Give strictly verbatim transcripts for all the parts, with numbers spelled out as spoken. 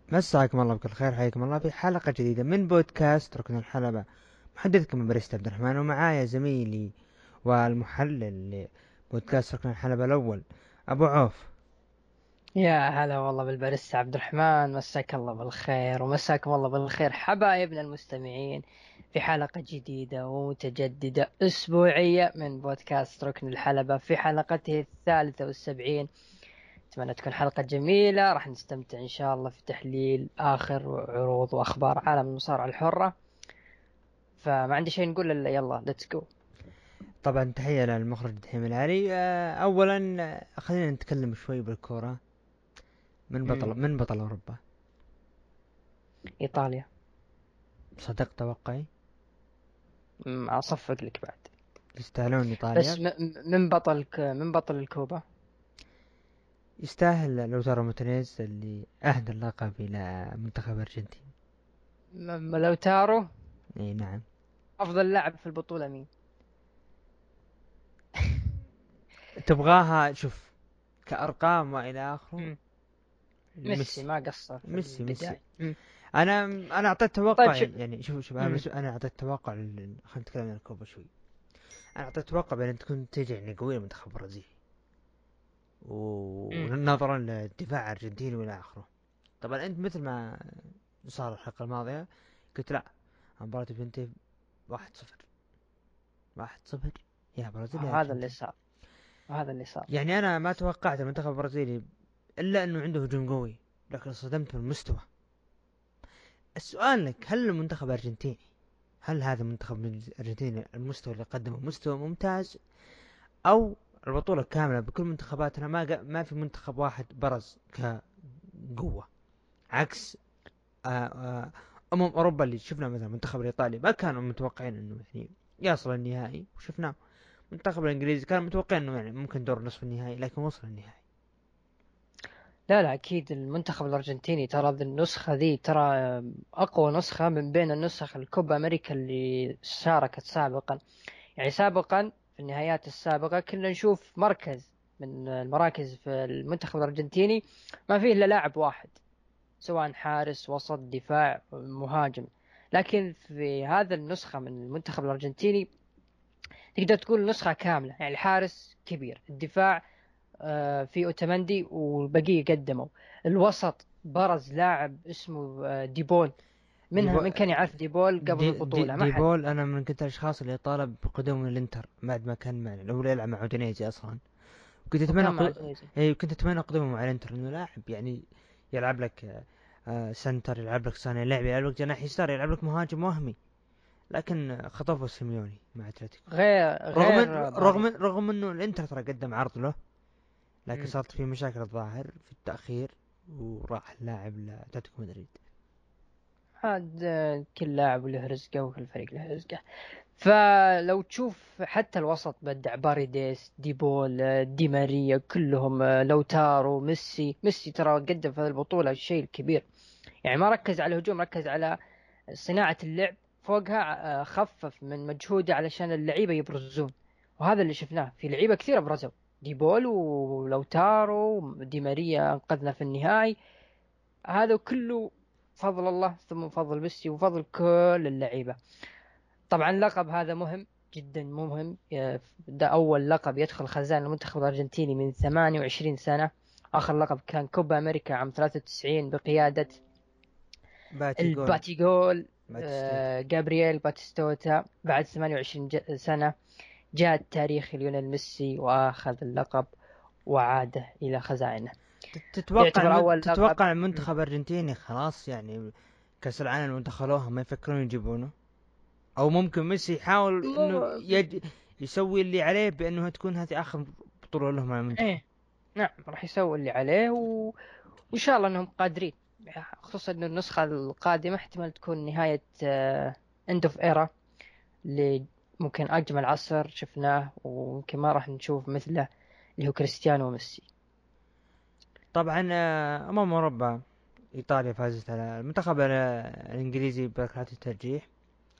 مساكم الله بكل خير، حياكم الله في حلقة جديدة من بودكاست ركن الحلبة. محدثكم بريست عبد الرحمن، ومعايا زميلي والمحلل لبودكاست ركن الحلبة الأول أبو عوف. يا هلا والله بالباريستا عبد الرحمن، مساك الله بالخير ومساكم الله بالخير حبايبنا المستمعين في حلقة جديدة ومتجددة أسبوعية من بودكاست ركن الحلبة في حلقته الثالثة والسبعين. أتمنى تكون حلقة جميلة، راح نستمتع إن شاء الله في تحليل آخر عروض وأخبار عالم المصارعة الحرة. فما عندي شيء نقول إلا يلا ليتس جو. طبعا تحية للمخرج دحيم العلي. آه، أولا آه، خلينا نتكلم شوي بالكورة. من مم. بطل من بطل أوروبا؟ إيطاليا. صدق توقعي. مم، أصفق لك بعد. يستاهلون بس إيطاليا. م- م- من بطل ك- من بطل الكوبا؟ يستاهل لوتارو مارتينيز اللي أهدى اللقب إلى منتخب أرجنتين. م- لو تارو. اي نعم. افضل لاعب في البطولة مين؟ تبغاها شوف كأرقام وإلى آخره. مم. ميسي ميسي. ما قصر في ميسي ميسي. البداية. مم. انا انا اعطيت طيب توقع، شو. يعني شوف شوف انا مم. بس انا اعطيت توقع لل- خلينا نتكلم عن الكوبا شوي. انا اعطيت توقع بان تكون تيجي يعني قويه المنتخب البرازيلي، مم. ونظرا للدفاع الارجنتيني والى اخره. طبعا انت مثل ما صار الحلقه الماضيه قلت لا، المباراة بتنتهي واحد صفر. واحد صفر يا برازيل يا هذا اللي ارجنتين. صار. هذا اللي صار. يعني انا ما توقعت المنتخب البرازيلي الا انه عنده هجوم قوي، لكن صدمت بالمستوى. السؤال لك، هل المنتخب الارجنتيني، هل هذا المنتخب الارجنتيني المستوى اللي قدمه مستوى ممتاز، او البطولة كاملة بكل منتخباتنا ما قا- ما في منتخب واحد برز كقوة عكس آه، آه، امم اوروبا اللي شفنا مثلا المنتخب الايطالي ما كانوا متوقعين انه يعني يصل النهائي وشفناه. المنتخب الانجليزي كان متوقع انه يعني ممكن دور نصف النهائي لكن وصل النهائي. لا لا أكيد المنتخب الأرجنتيني ترى ذي النسخة ذي ترى أقوى نسخة من بين النسخ الكوبا أمريكا اللي شاركت سابقا. يعني سابقا في النهايات السابقة كنا نشوف مركز من المراكز في المنتخب الأرجنتيني ما فيه إلا لاعب واحد، سواء حارس وسط دفاع مهاجم. لكن في هذا النسخة من المنتخب الأرجنتيني تقدر تقول نسخة كاملة. يعني الحارس كبير، الدفاع آه، في أوتمندي والبقية قدموا، الوسط برز لاعب اسمه آه، ديبول. منها ديبو من كان يعرف ديبول قبل دي دي البطولة؟ ما حد. ديبول انا من كنت الاشخاص اللي طالب بقدوم الانتر بعد ما كان مع الاول يلعب مع اودينيزي اصلا. كنت اتمنى وكان مع قد... دونيزي. اي كنت اتمنى قدومه مع الانتر، انه لاعب يعني يلعب لك آه، آه، سنتر، يلعب لك صانع لعب، يلعب لك جناح يسار، يلعب لك مهاجم وهمي. لكن خطفه سيميوني مع اتلتيكو. غير رغم غير رغم باريلا. رغم انه الانتر ترى قدم عرض له، لكن مم. صارت في مشاكل الظاهر في التأخير وراح اللاعب لاتلتيكو مدريد. عاد آه، كل لاعب له رزقه وكل فريق له رزقه. فلو تشوف حتى الوسط بدع باريديس، ديبول، آه، دي ماريا، كلهم آه، لوتارو، ميسي. ميسي ترى قدم في هذه البطولة الشيء الكبير. يعني ما ركز على الهجوم، ركز على صناعة اللعب. فوقها آه، خفف من مجهوده علشان اللعيبة يبرزون. وهذا اللي شفناه في لعيبة كثيرة برزوا. ديبول ولوتارو، دي ماريا انقذنا في النهائي. هذا كله فضل الله ثم فضل ميسي وفضل كل اللعيبة. طبعا اللقب هذا مهم جدا مهم. آه، ده أول لقب يدخل خزان المنتخب الأرجنتيني من ثمانية وعشرين سنة. آخر لقب كان كوبا أمريكا عام ثلاثة وتسعين بقيادة باتي جول. الباتيجول. باتستوتا. آه، جابرييل باتيستوتا. بعد ثمانية وعشرين ج- سنة جاء التاريخ ليونيل ميسي وأخذ اللقب وعاد إلى خزائنه. تتوقع يعتبر الم... أول لقب. تتوقع م. المنتخب الارجنتيني خلاص يعني كاس العالم اللي دخلوها ما يفكرون يجيبونه؟ او ممكن ميسي يحاول انه مو... يج... يسوي اللي عليه بانه تكون هذه اخر بطولة له مع المنتخب. إيه. نعم راح يسوي اللي عليه و... وإن شاء الله أنهم قادرين. خصوصا أن النسخة القادمة احتمال تكون نهاية اند اوف ايرا، اللي ممكن أجمل عصر شفناه وممكن ما راح نشوف مثله، اللي هو كريستيانو وميسي. طبعا آه، امم اوروبا ايطاليا فازت على المنتخب الانجليزي بركلات الترجيح.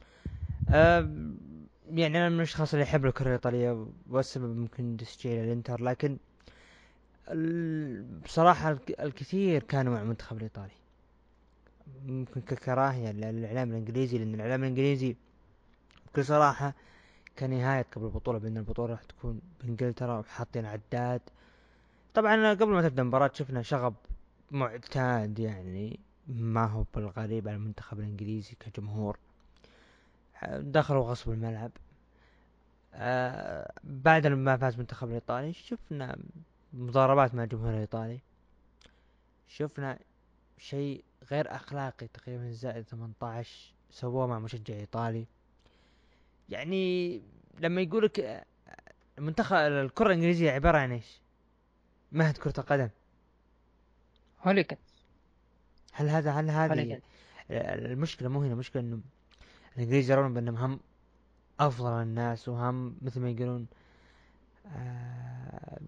آه، يعني انا من الاشخاص اللي يحب الكرة الايطالية، والسبب ممكن تشجيع الانتر، لكن ال- بصراحة الك- الكثير كانوا مع المنتخب الايطالي. ممكن ككراهية للإعلام الإنجليزي، لأن الإعلام الإنجليزي بكل صراحة كنهاية قبل البطولة بأن البطولة راح تكون بإنجلترا وحاطين عداد. طبعا قبل ما تبدأ المباراة شفنا شغب معتاد، يعني ما هو بالغريب على المنتخب الإنجليزي كجمهور، دخلوا غصب الملعب. آه بعد ما فاز المنتخب الإيطالي شفنا مضاربات مع الجمهور الإيطالي، شفنا شيء غير أخلاقي تقريبا زائد ثمانية عشر سووه مع مشجع إيطالي. يعني لما يقولك المنتخب الكرة الإنجليزية عبارة عن إيش؟ مهد كرة القدم. هوليكن. هل هذا هل هذه هوليكن. المشكلة؟ مو هنا المشكلة إنه الإنجليز يرون بأنهم هم أفضل الناس، وهم مثل ما يقولون آه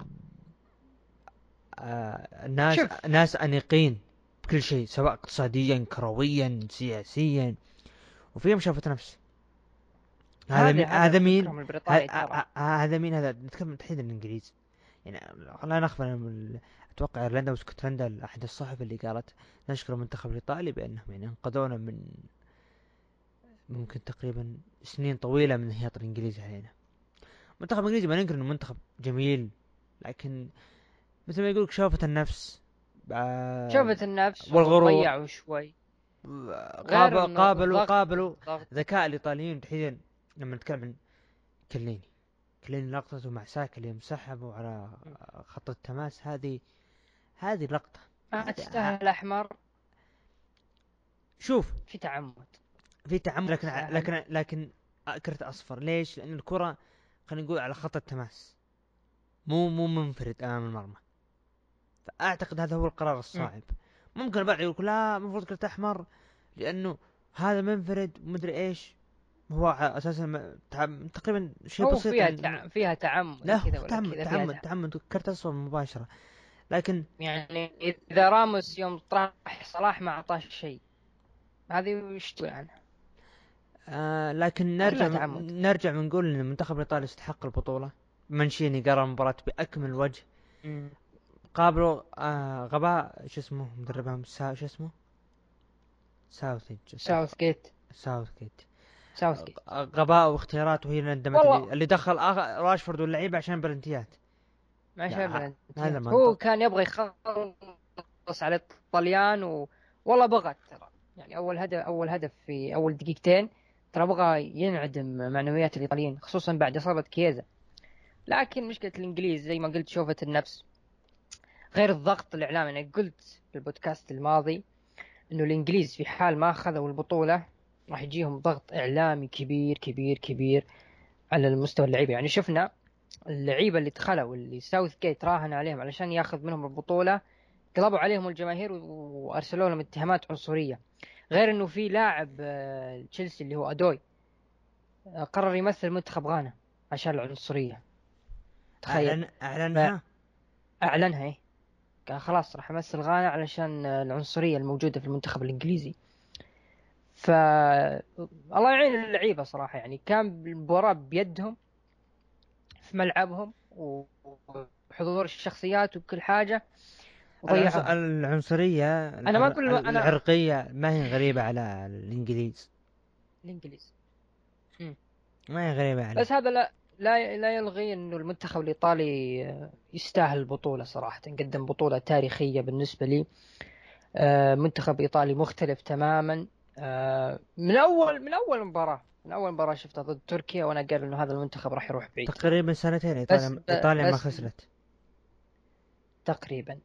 آه ناس شوف ناس أنيقين بكل شيء، سواء اقتصاديا كرويا سياسيا، وفيهم شافت نفس. هذا مين؟ هذا هذا هذا مين؟ فكرهم ه- البريطاني ه- ترى. ه- هذا مين؟ هذا نتكلم تحديدا الإنجليز. يعني لا نخفى من- أتوقع إيرلندا واسكتلندا أحد الصحف اللي قالت نشكر المنتخب الإيطالي بأنهم يعني أنقذونا من ممكن تقريبا سنين طويلة من انهيار الإنجليز علينا. المنتخب الإنجليزي ما ننكر إنه منتخب جميل، لكن مثل ما يقولك شوفة النفس آه، شوفت النفس والغرور. وضيعوا شوي. غير قاب- انه قابلوا الضغط قابلوا الضغط ذكاء الإيطاليين تحديدا. لما نتكلم عن كليني، كليني لقطته مع ساكا اللي مسحبه على خط التماس، هذه هذه لقطة. ما هذه ه- تستاهل احمر. شوف، في تعمد. في تعمد، ما لكن ع- تستاهل. لكن لكن كرت أصفر. ليش؟ لأن الكرة خلينا نقول على خط التماس، مو مو منفرد أمام المرمى. فأعتقد هذا هو القرار مم. الصائب. ممكن البعض يقول لا المفروض كرت أحمر لأنه هذا منفرد ومدري إيش. هو ع- أساسا م- تع- تقريبا شيء هو بسيط فيها عن. تع... فيها تعمد لا هو كذا ولا تعمد كذا، فيها تعمد تعمد. تعمد كرت أصفر مباشرة. لكن يعني اذا راموس يوم طرح صلاح ما اعطاه شيء، هذه وش تقول عنها؟ آه لكن كلها نرجع تعمد. نرجع ونقول ان المنتخب الايطالي يستحق البطولة. مانشيني قرر المباراة بأكمل وجه. مم. قابلوا آه غباء شو اسمه مدربهم سا شو اسمه ساوث ساوث جيت. ساوث جيت. ساوث جيت. غباء واختيارات، وهي اللي ندمت، اللي, والله اللي دخل آخ... راشفورد واللعيبة عشان بلنتيات. ما لا شاف ه... هذا بلنتيات، هو منطق. كان يبغى يخلص على الطليان و... والله بغى ترى. يعني اول هدف اول هدف في اول دقيقتين ترى بغى ينعدم معنويات الايطاليين، خصوصا بعد اصابه كيزا. لكن مشكله الانجليز زي ما قلت شوفة النفس، غير الضغط الاعلامي. انا قلت في البودكاست الماضي انه الانجليز في حال ما اخذوا البطوله راح يجيهم ضغط اعلامي كبير كبير كبير على المستوى اللعيبه. يعني شفنا اللعيبه اللي دخلوا واللي ساوث جيت راهن عليهم علشان ياخذ منهم البطوله، قلبوا عليهم الجماهير وارسلوا لهم اتهامات عنصريه. غير انه في لاعب آه، تشيلسي اللي هو ادوي آه، قرر يمثل منتخب غانا عشان العنصريه. تخيل. اعلن اعلنها. فاعلنها ايه، قال خلاص راح امثل غانا علشان آه، العنصريه الموجوده في المنتخب الانجليزي. ف الله يعين اللعيبه صراحه، يعني كان المباراه بيدهم في ملعبهم وحضور الشخصيات وكل حاجه العنص... وضيعوها. العنصرية انا ما العر... اقول انا العرقية ما هي غريبة على الانجليز، الانجليز. مم. ما هي غريبة عليه. بس هذا لا لا لا يلغي انه المنتخب الايطالي آه، يستاهل البطوله صراحه. قدم بطوله تاريخيه بالنسبه لي. آه، منتخب ايطالي مختلف تماما. آه، من اول من اول مباراه من اول مباراه شفتها ضد تركيا وانا قال انه هذا المنتخب راح يروح بعيد. تقريبا سنتين بس ايطاليا ايطاليا ما بس خسرت. تقريبا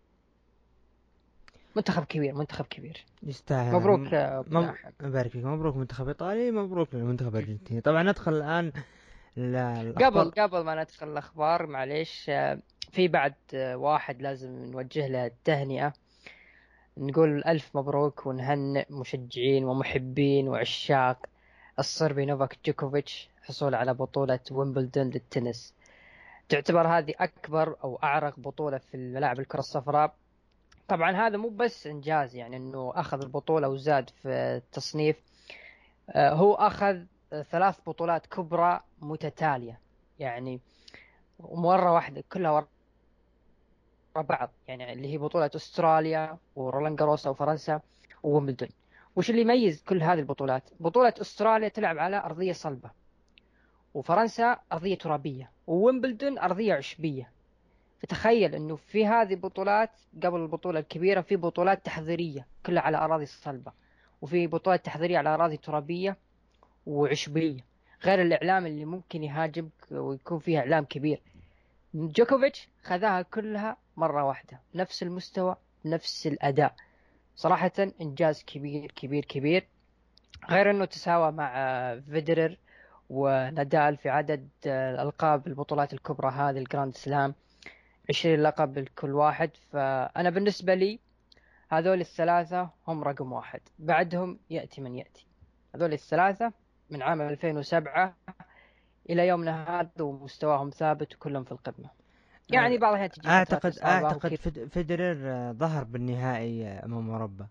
منتخب كبير منتخب كبير. يستاهل. مبروك يا ابو مب... لاحم. مبارك فيك، مبروك منتخب ايطالي، مبروك للمنتخب الارجنتيني. طبعا ندخل الان قبل للاخبار. قبل ما ندخل الاخبار معليش، آه، في بعد آه، واحد لازم نوجه له التهنئة. نقول ألف مبروك ونهنئ مشجعين ومحبين وعشاق الصربي نوفاك جوكوفيتش حصول على بطولة ويمبلدون للتنس. تعتبر هذه أكبر أو أعرق بطولة في الملاعب الكرة الصفراء. طبعا هذا مو بس إنجاز، يعني أنه أخذ البطولة وزاد في التصنيف. آه، هو أخذ آه، ثلاث بطولات كبرى متتالية، يعني مرة واحدة كلها ورا بعض، يعني اللي هي بطولة أستراليا ورولان جاروس وفرنسا وويمبلدون. وش اللي يميز كل هذه البطولات؟ بطولة أستراليا تلعب على أرضية صلبة، وفرنسا أرضية ترابية، وويمبلدون أرضية عشبية. فتخيل أنه في هذه البطولات قبل البطولة الكبيرة في بطولات تحضيرية كلها على أراضي صلبة، وفي بطولات تحضيرية على أراضي ترابية وعشبية، غير الإعلام اللي ممكن يهاجمك ويكون فيها إعلام كبير. جوكوفيتش خذاها كلها مرة واحدة، نفس المستوى نفس الأداء. صراحة إنجاز كبير كبير كبير. غير أنه تساوى مع فيدرر ونادال في عدد الألقاب البطولات الكبرى هذه الجراند سلام، عشرين لقب لكل واحد. فأنا بالنسبة لي هذول الثلاثة هم رقم واحد، بعدهم يأتي من يأتي. هذول الثلاثة من عام ألفين وسبعة إلى يومنا هذا ومستواهم ثابت وكلهم في القمة. يعني بعض الأحيان تجي فترات اعتقد إصابة اعتقد وكذا. فد- فيدرر آه، ظهر بالنهائي آه، امام اوروبا.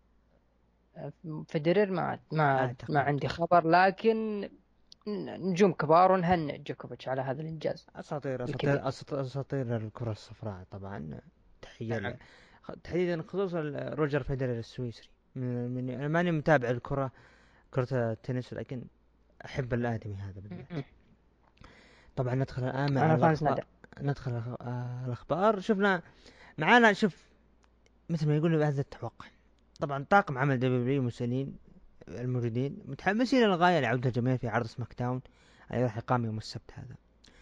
فيدرر ما ما ما اعتقد عندي خبر، لكن نجوم كبار، ونهنئ جوكوفيتش على هذا الإنجاز اساطير الكبير. اساطير أساط- اساطير الكرة الصفراء طبعا. تحية ل- نعم. خ- تحديدا خصوصا روجر فيدرر السويسري. من, من انا ماني متابع الكرة، كرة التنس، لكن احب الادمي هذا بالذات. طبعا ندخل الان مع أنا فانز الاخبار. نادال. ندخل الأخ- آه، الاخبار. شفنا معانا، شوف، مثل ما يقولوا هذا التوقع. طبعا طاقم عمل دبليو المسؤولين الموجودين متحمسين للغاية لعودة الجماهير في عرض سماك داون اللي راح يقام يوم السبت هذا.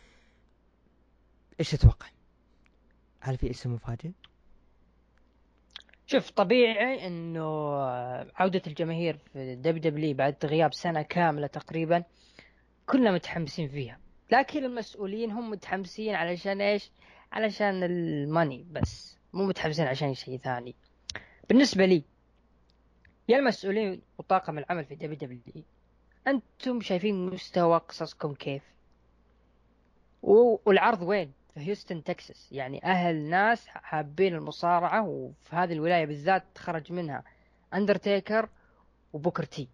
ايش تتوقع؟ هل في اسم مفاجئ؟ شوف، طبيعي انه عودة الجماهير في دبليو دبليو بعد غياب سنة كاملة تقريبا كلنا متحمسين فيها، لكن المسؤولين هم متحمسين علشان ايش؟ علشان الماني بس، مو متحمسين عشان شيء ثاني. بالنسبة لي يا المسؤولين وطاقم العمل في دبليو دبليو، انتم شايفين مستوى قصصكم كيف؟ والعرض وين؟ في هيوستن تكساس، يعني أهل ناس حابين المصارعة، وفي هذه الولاية بالذات تخرج منها أندرتيكر وبوكر تي.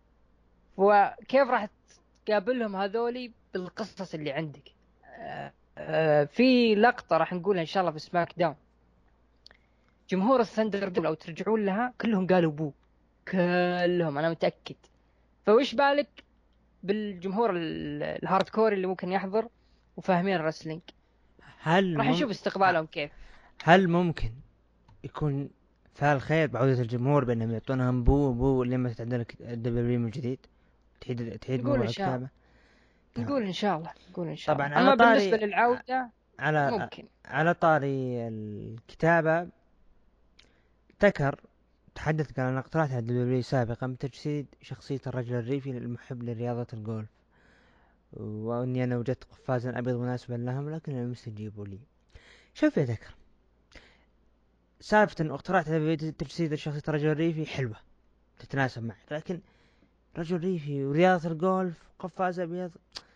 وكيف راح تقابلهم هذولي بالقصص اللي عندك؟ آه، آه، في لقطة راح نقولها إن شاء الله في سماك داون، جمهور الثندر دول لو ترجعون لها كلهم قالوا بو، كلهم أنا متأكد. فوش بالك بالجمهور الهارد كور اللي ممكن يحضر وفاهمين الرسلينج؟ هل راح مم... نشوف استقبالهم كيف. هل ممكن يكون فعل خير بعودة الجمهور بأنهم يعطونهم بو بو لما تتعدل الدبليو من جديد، تعيد تعيد نقول إن موضوع شاء الله، الكتابة؟ تمام. نقول إن شاء الله، نقول إن شاء الله. طبعا على أما بالنسبة طاري للعودة على ممكن. على طاري الكتابة، تكر تحدث قال أن اقترحت على الدبليو سابقا بتجسيد شخصية الرجل الريفي المحب لرياضة الجولف، واني انا وجدت قفازا ابيض مناسبا لهم لكن لم يستجيبوا لي. شوف يا ذكر، سالفة ان اقترحت تجسيد شخصية رجل ريفي حلوة تتناسب معك، لكن رجل ريفي ورياضة الجولف قفاز ابيض،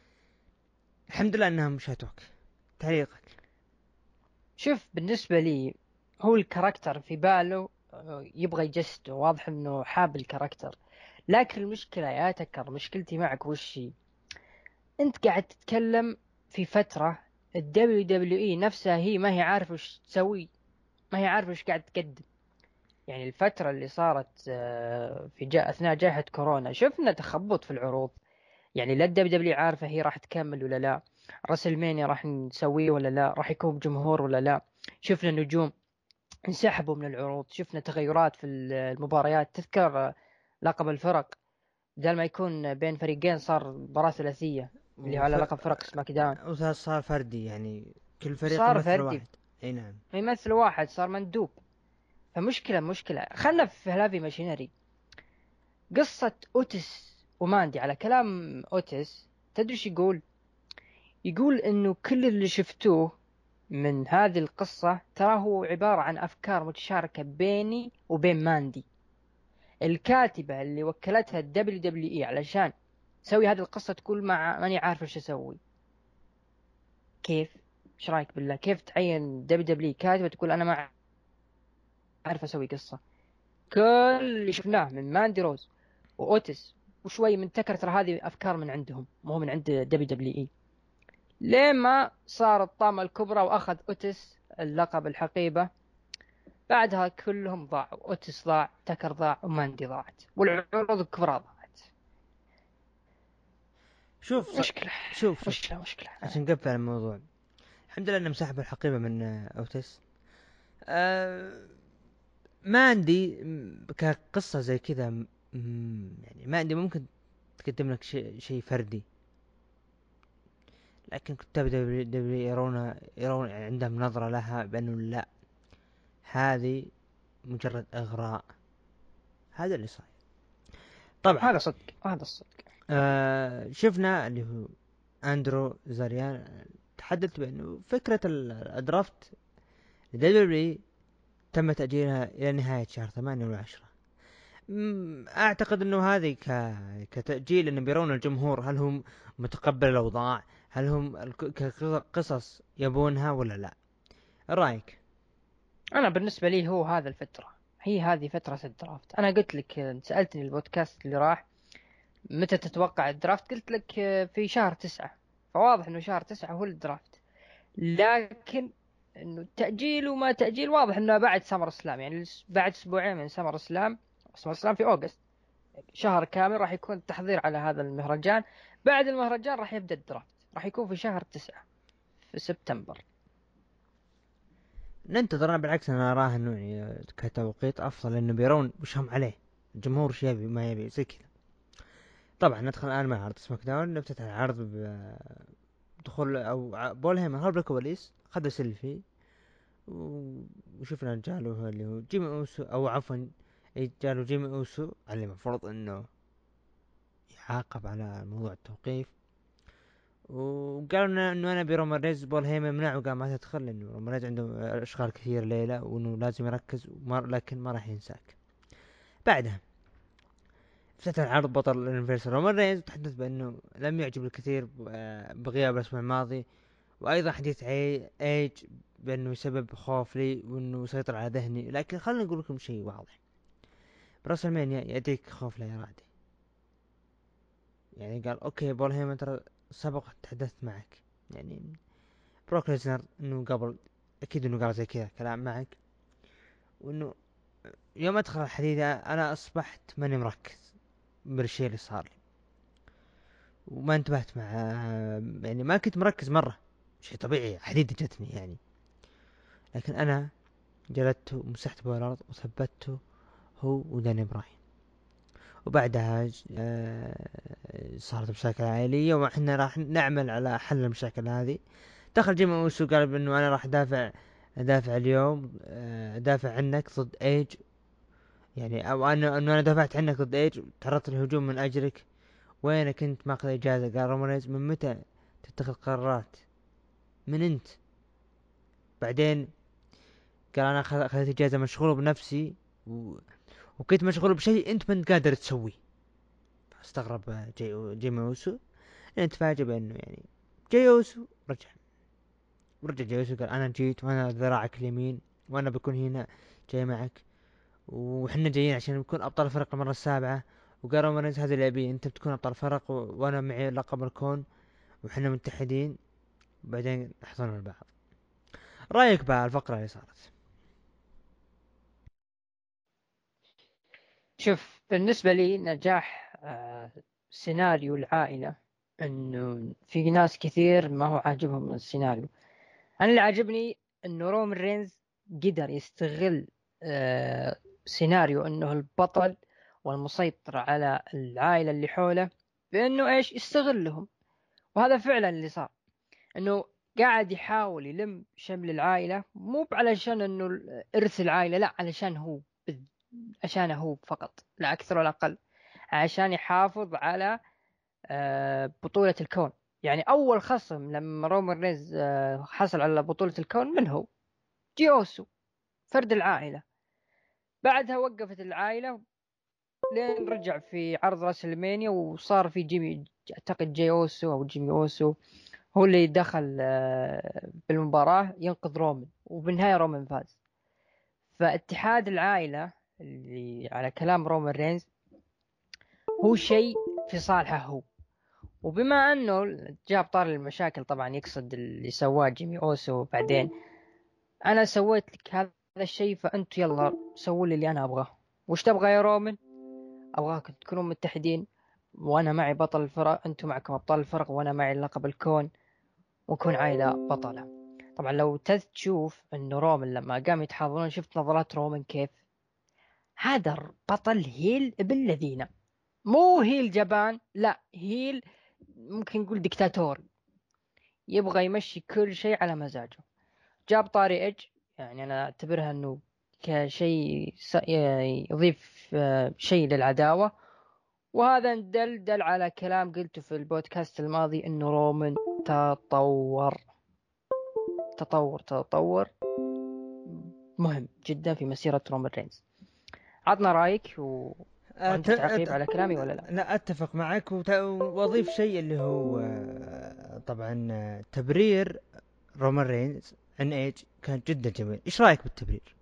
الحمد لله انهم شاتوك. تعليقك؟ شوف، بالنسبة لي هو الكاركتر في باله آه، يبغى يجسده، واضح إنه حاب الكاركتر. لكن المشكلة يا تكر، مشكلتي معك وش هي؟ أنت قاعد تتكلم في فترة الدبليو دبليو إي نفسها هي ما هي عارفة وش تسوي، ما هي عارفة وش قاعد تقدم. يعني الفترة اللي صارت آه، في جاء أثناء جائحة كورونا شفنا تخبط في العروض. يعني لا الدبليو دبليو عارفة هي راح تكمل ولا لا، راسلمانيا راح نسويه ولا لا، راح يكون بجمهور ولا لا. شفنا نجوم انسحبوا من العروض، شفنا تغيرات في المباريات. تذكر لقب الفرق بدل ما يكون بين فريقين صار مباراة ثلاثية اللي هو وف... على لقب فرق سماك داون، صار فردي، يعني كل فريق صار يمثل فردي، واحد. اي نعم. ما يمثل واحد، صار مندوب. فمشكلة مشكلة. خلنا في هلافي ماشينري، قصة أوتس وماندي. على كلام أوتس تدري ايش يقول؟ يقول انه كل اللي شفتوه من هذه القصة ترى هو عبارة عن أفكار متشاركة بيني وبين ماندي، الكاتبة اللي وكلتها الدبليو دبليو إي علشان تسوي هذه القصة. تقول مع ماني عارف ايش اسوي. كيف؟ ايش رايك بالله؟ كيف تعين دبليو دبليو إي كاتبة تقول انا ما عارف اسوي قصة؟ كل اللي شفناه من ماندي روز واوتس وشوي من تكر ترى هذه افكار من عندهم، مو من عند دبليو دبليو إي. لين ما صار الطامة الكبرى واخذ اوتس اللقب الحقيبة. بعدها كلهم ضاعوا، اوتس ضاع، تكر ضاع، وماندي ضاعت، والعروض الكبرى ضاعت. شوف ص... مشكلة شوف شوف مشكلة مشكلة. عشان نقفل الموضوع، الحمد لله انهم سحبوا الحقيبة من آه، اوتس. أه ما عندي م- كقصة زي كذا م- م- يعني ما عندي ممكن تقدم لك شيء شيء فردي، لكن كتاب دبليو دبليو يرون يرون يعني عندهم نظرة لها بأنه لا، هذه مجرد إغراء. هذا اللي صاير طبعا. هذا صدق، هذا الصدق. آه شفنا اللي هو أندرو زاريان تحدث بأنه فكرة ال- الدرافت لدبليو تم تأجيلها إلى نهاية شهر ثمانية وعشرة. مم، أعتقد أنه هذه ك... كتأجيل أنه بيرون الجمهور هل هم متقبل الأوضاع، هل هم الك- كقصص يبونها ولا لا. رأيك؟ انا بالنسبة لي هو هذا الفترة، هي هذه فترة الدرافت. انا قلت لك، سألتني البودكاست اللي راح متى تتوقع الدرافت، قلت لك في شهر تسعة، فواضح انه شهر تسعة هو الدرافت. لكن انه تأجيل وما تأجيل، واضح انه بعد سمر سلام، يعني بعد اسبوعين من سمر سلام. سمر سلام في اوغست، شهر كامل راح يكون التحضير على هذا المهرجان. بعد المهرجان راح يبدأ الدرافت، راح يكون في شهر تسعة، في سبتمبر. ننتظر. أنا بالعكس أنا أراه أنه يعني كتوقيت أفضل، لأنه بيرون وش هم عليه الجمهور، وش يبي ما يبي زي كذا. طبعا ندخل الآن مع عرض سماك داون. نفتتح العرض بدخول أو ع- بول هيمن هرب الكواليس، خذ سيلفي، و- وشفنا جاله اللي هو جيمي أوسو، أو عفوا جاله جيمي أوسو اللي المفروض أنه يعاقب على موضوع التوقيف. وقالوا لنا انه انا برومان ريز. بول هيمن منع وقال ما تدخل لانه رومان ريز عنده اشغال كثير ليلة وانه لازم يركز وما لكن ما راح ينساك. بعدها افتتح العرض بطل الانفيرسال رومان ريز، وتحدث بانه لم يعجب الكثير آه، بغياب الاسبوع الماضي، وايضا حديث عي- ايج بانه يسبب خوف لي وانه يسيطر على ذهني. لكن خلينا نقول لكم شيء واضح، براسلمانيا يأتيك خوف لا إرادي. يعني قال اوكي بول هيمن ترى سبق تحدثت معك، يعني بروك ليزنر انه قبل اكيد انه قال زي كذا كلام معك، وانه يوم ادخل الحديث انا اصبحت ماني مركز بالشيء اللي صار لي، وما انتبهت مع يعني ما كنت مركز مرة، شيء طبيعي حديدة جتني يعني. لكن انا جلدته ومسحت به الارض وثبته هو وداني ابراهيم. وبعدها آه، صارت مشاكل عائلية وإحنا راح نعمل على حل المشاكل هذه. دخل جيمي أوسو قال إنه أنا راح دافع دافع اليوم آه، دافع عنك ضد ايج، يعني او انا انه انا دافعت عنك ضد ايج، تعرضت للهجوم من اجلك، وينك انت ماخذ اجازه؟ قال رومانيز من متى تتخذ قرارات؟ من انت؟ بعدين قال انا أخذ- اخذت اجازه مشغول بنفسي و... وكنت مشغول بشيء انت ما انت قادر تسويه. استغرب جي جيمي اوسو، لان تفاجئ بانه يعني جاي اوسو رجع ورجع جاي اوسو قال انا جيت وانا ذراعك اليمين وانا بكون هنا جاي معك، وحنا جايين عشان نكون ابطال الفرق المره السابعه. وقال رومان هذا اللي ابيه، انت بتكون ابطال فرق و... وانا معي لقب الكون وحنا متحدين. وبعدين احضنوا البعض. رايك بقى الفقره اللي صارت؟ شوف، بالنسبة لي نجاح آه، سيناريو العائلة، انه في ناس كثير ما هو عاجبهم السيناريو. انا اللي عاجبني انه رومان رينز قدر يستغل آه، سيناريو انه البطل والمسيطر على العائلة اللي حوله، بانه ايش يستغلهم. وهذا فعلا اللي صار، انه قاعد يحاول يلم شمل العائلة، مو علشان انه ارث العائلة، لا، علشان هو بال- عشانه هو فقط، لا اكثر ولا اقل، عشان يحافظ على آه، بطولة الكون. يعني اول خصم لما رومان رينز آه، حصل على بطولة الكون من هو؟ جيوسو، فرد العائلة. بعدها وقفت العائلة لين رجع في عرض راس المانيا، وصار في جيمي، اعتقد جي اوسو او جيمي اوسو هو اللي دخل آه، بالمباراة ينقذ رومان، وبالنهاية رومان فاز. فاتحاد العائلة اللي على كلام رومان رينز هو شيء في صالحه هو. وبما انه جاب طار المشاكل، طبعا يقصد اللي سواه جيمي اوسو بعدين، انا سويت لك هذا الشيء، فأنت يلا سووا لي اللي أنا أبغاه. وش تبغى يا رومان؟ أبغاكم تكونوا متحدين، وأنا معي بطل الفرق، أنتم معكم أبطال الفرق، وأنا معي لقب الكون، ونكون عائلة بطلة. طبعا لو تشوف إنه رومان لما قام يتحاضرون، شفت نظرات رومان كيف؟ هذا بطل هيل بالذين، مو هيل جبان، لا هيل ممكن نقول دكتاتور، يبغى يمشي كل شيء على مزاجه. جاب طاري إيج، يعني أنا أعتبرها إنه كشيء يضيف آه، شيء للعداوة. وهذا دل دل على كلام قلته في البودكاست الماضي، إنه رومان تطور تطور تطور مهم جدا في مسيرة رومان رينز. عطنا رايك و... أت... وعندك تعقيب أت... على كلامي ولا لا؟ لا، اتفق معك وت... واضيف شيء اللي هو آه، طبعا آه، تبرير رومان رينز ان ايج كان جدا جميل. ايش رايك بالتبرير؟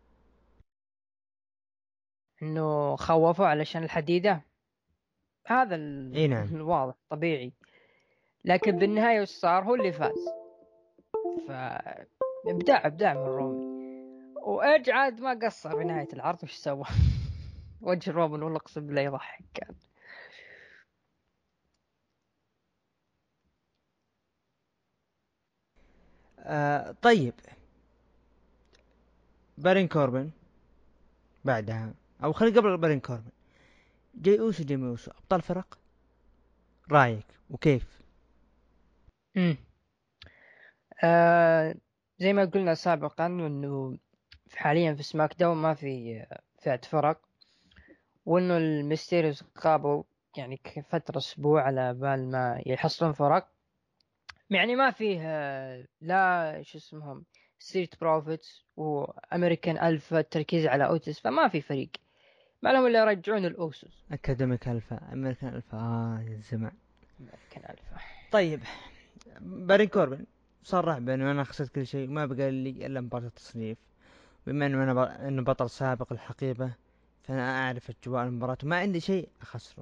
انه خوفوا علشان الحديدة، هذا ال- اي نعم. الواضح طبيعي، لكن بالنهاية وش صار؟ هو اللي فاز. ف ابداع ابداع من رومان. وايج عاد ما قصر في نهاية العرض، وش سوى؟ وجه رومان والله اقسم بالله يضحك كان. آه طيب، بارين كوربن بعدها، او خلي قبل بارين كوربن، جاي اوسو جاي اوسو ابطال فرق، رايك وكيف؟ امم آه زي ما قلنا سابقا انه حاليا في سماك داون ما في فئة فرق، وانه الميستيريوس غابوا يعني فترة اسبوع على بال ما يحصلون فرق. يعني ما فيه آه، لا شو اسمهم ستريت بروفيتس وامريكان الفا التركيز على اوتس، فما في فريق، ما لهم الا يرجعون الاوسوس. اكاديميك الفا، امريكان الفا، اه يا زمان. امريكان الفا. طيب، بارين كوربن صرح بانه انا خسرت كل شيء وما بقى لي الا مباراة التصنيف، بما انه انا ب... انه بطل سابق الحقيبة، فانا اعرف اجواء المباراة وما عندي شيء اخسره.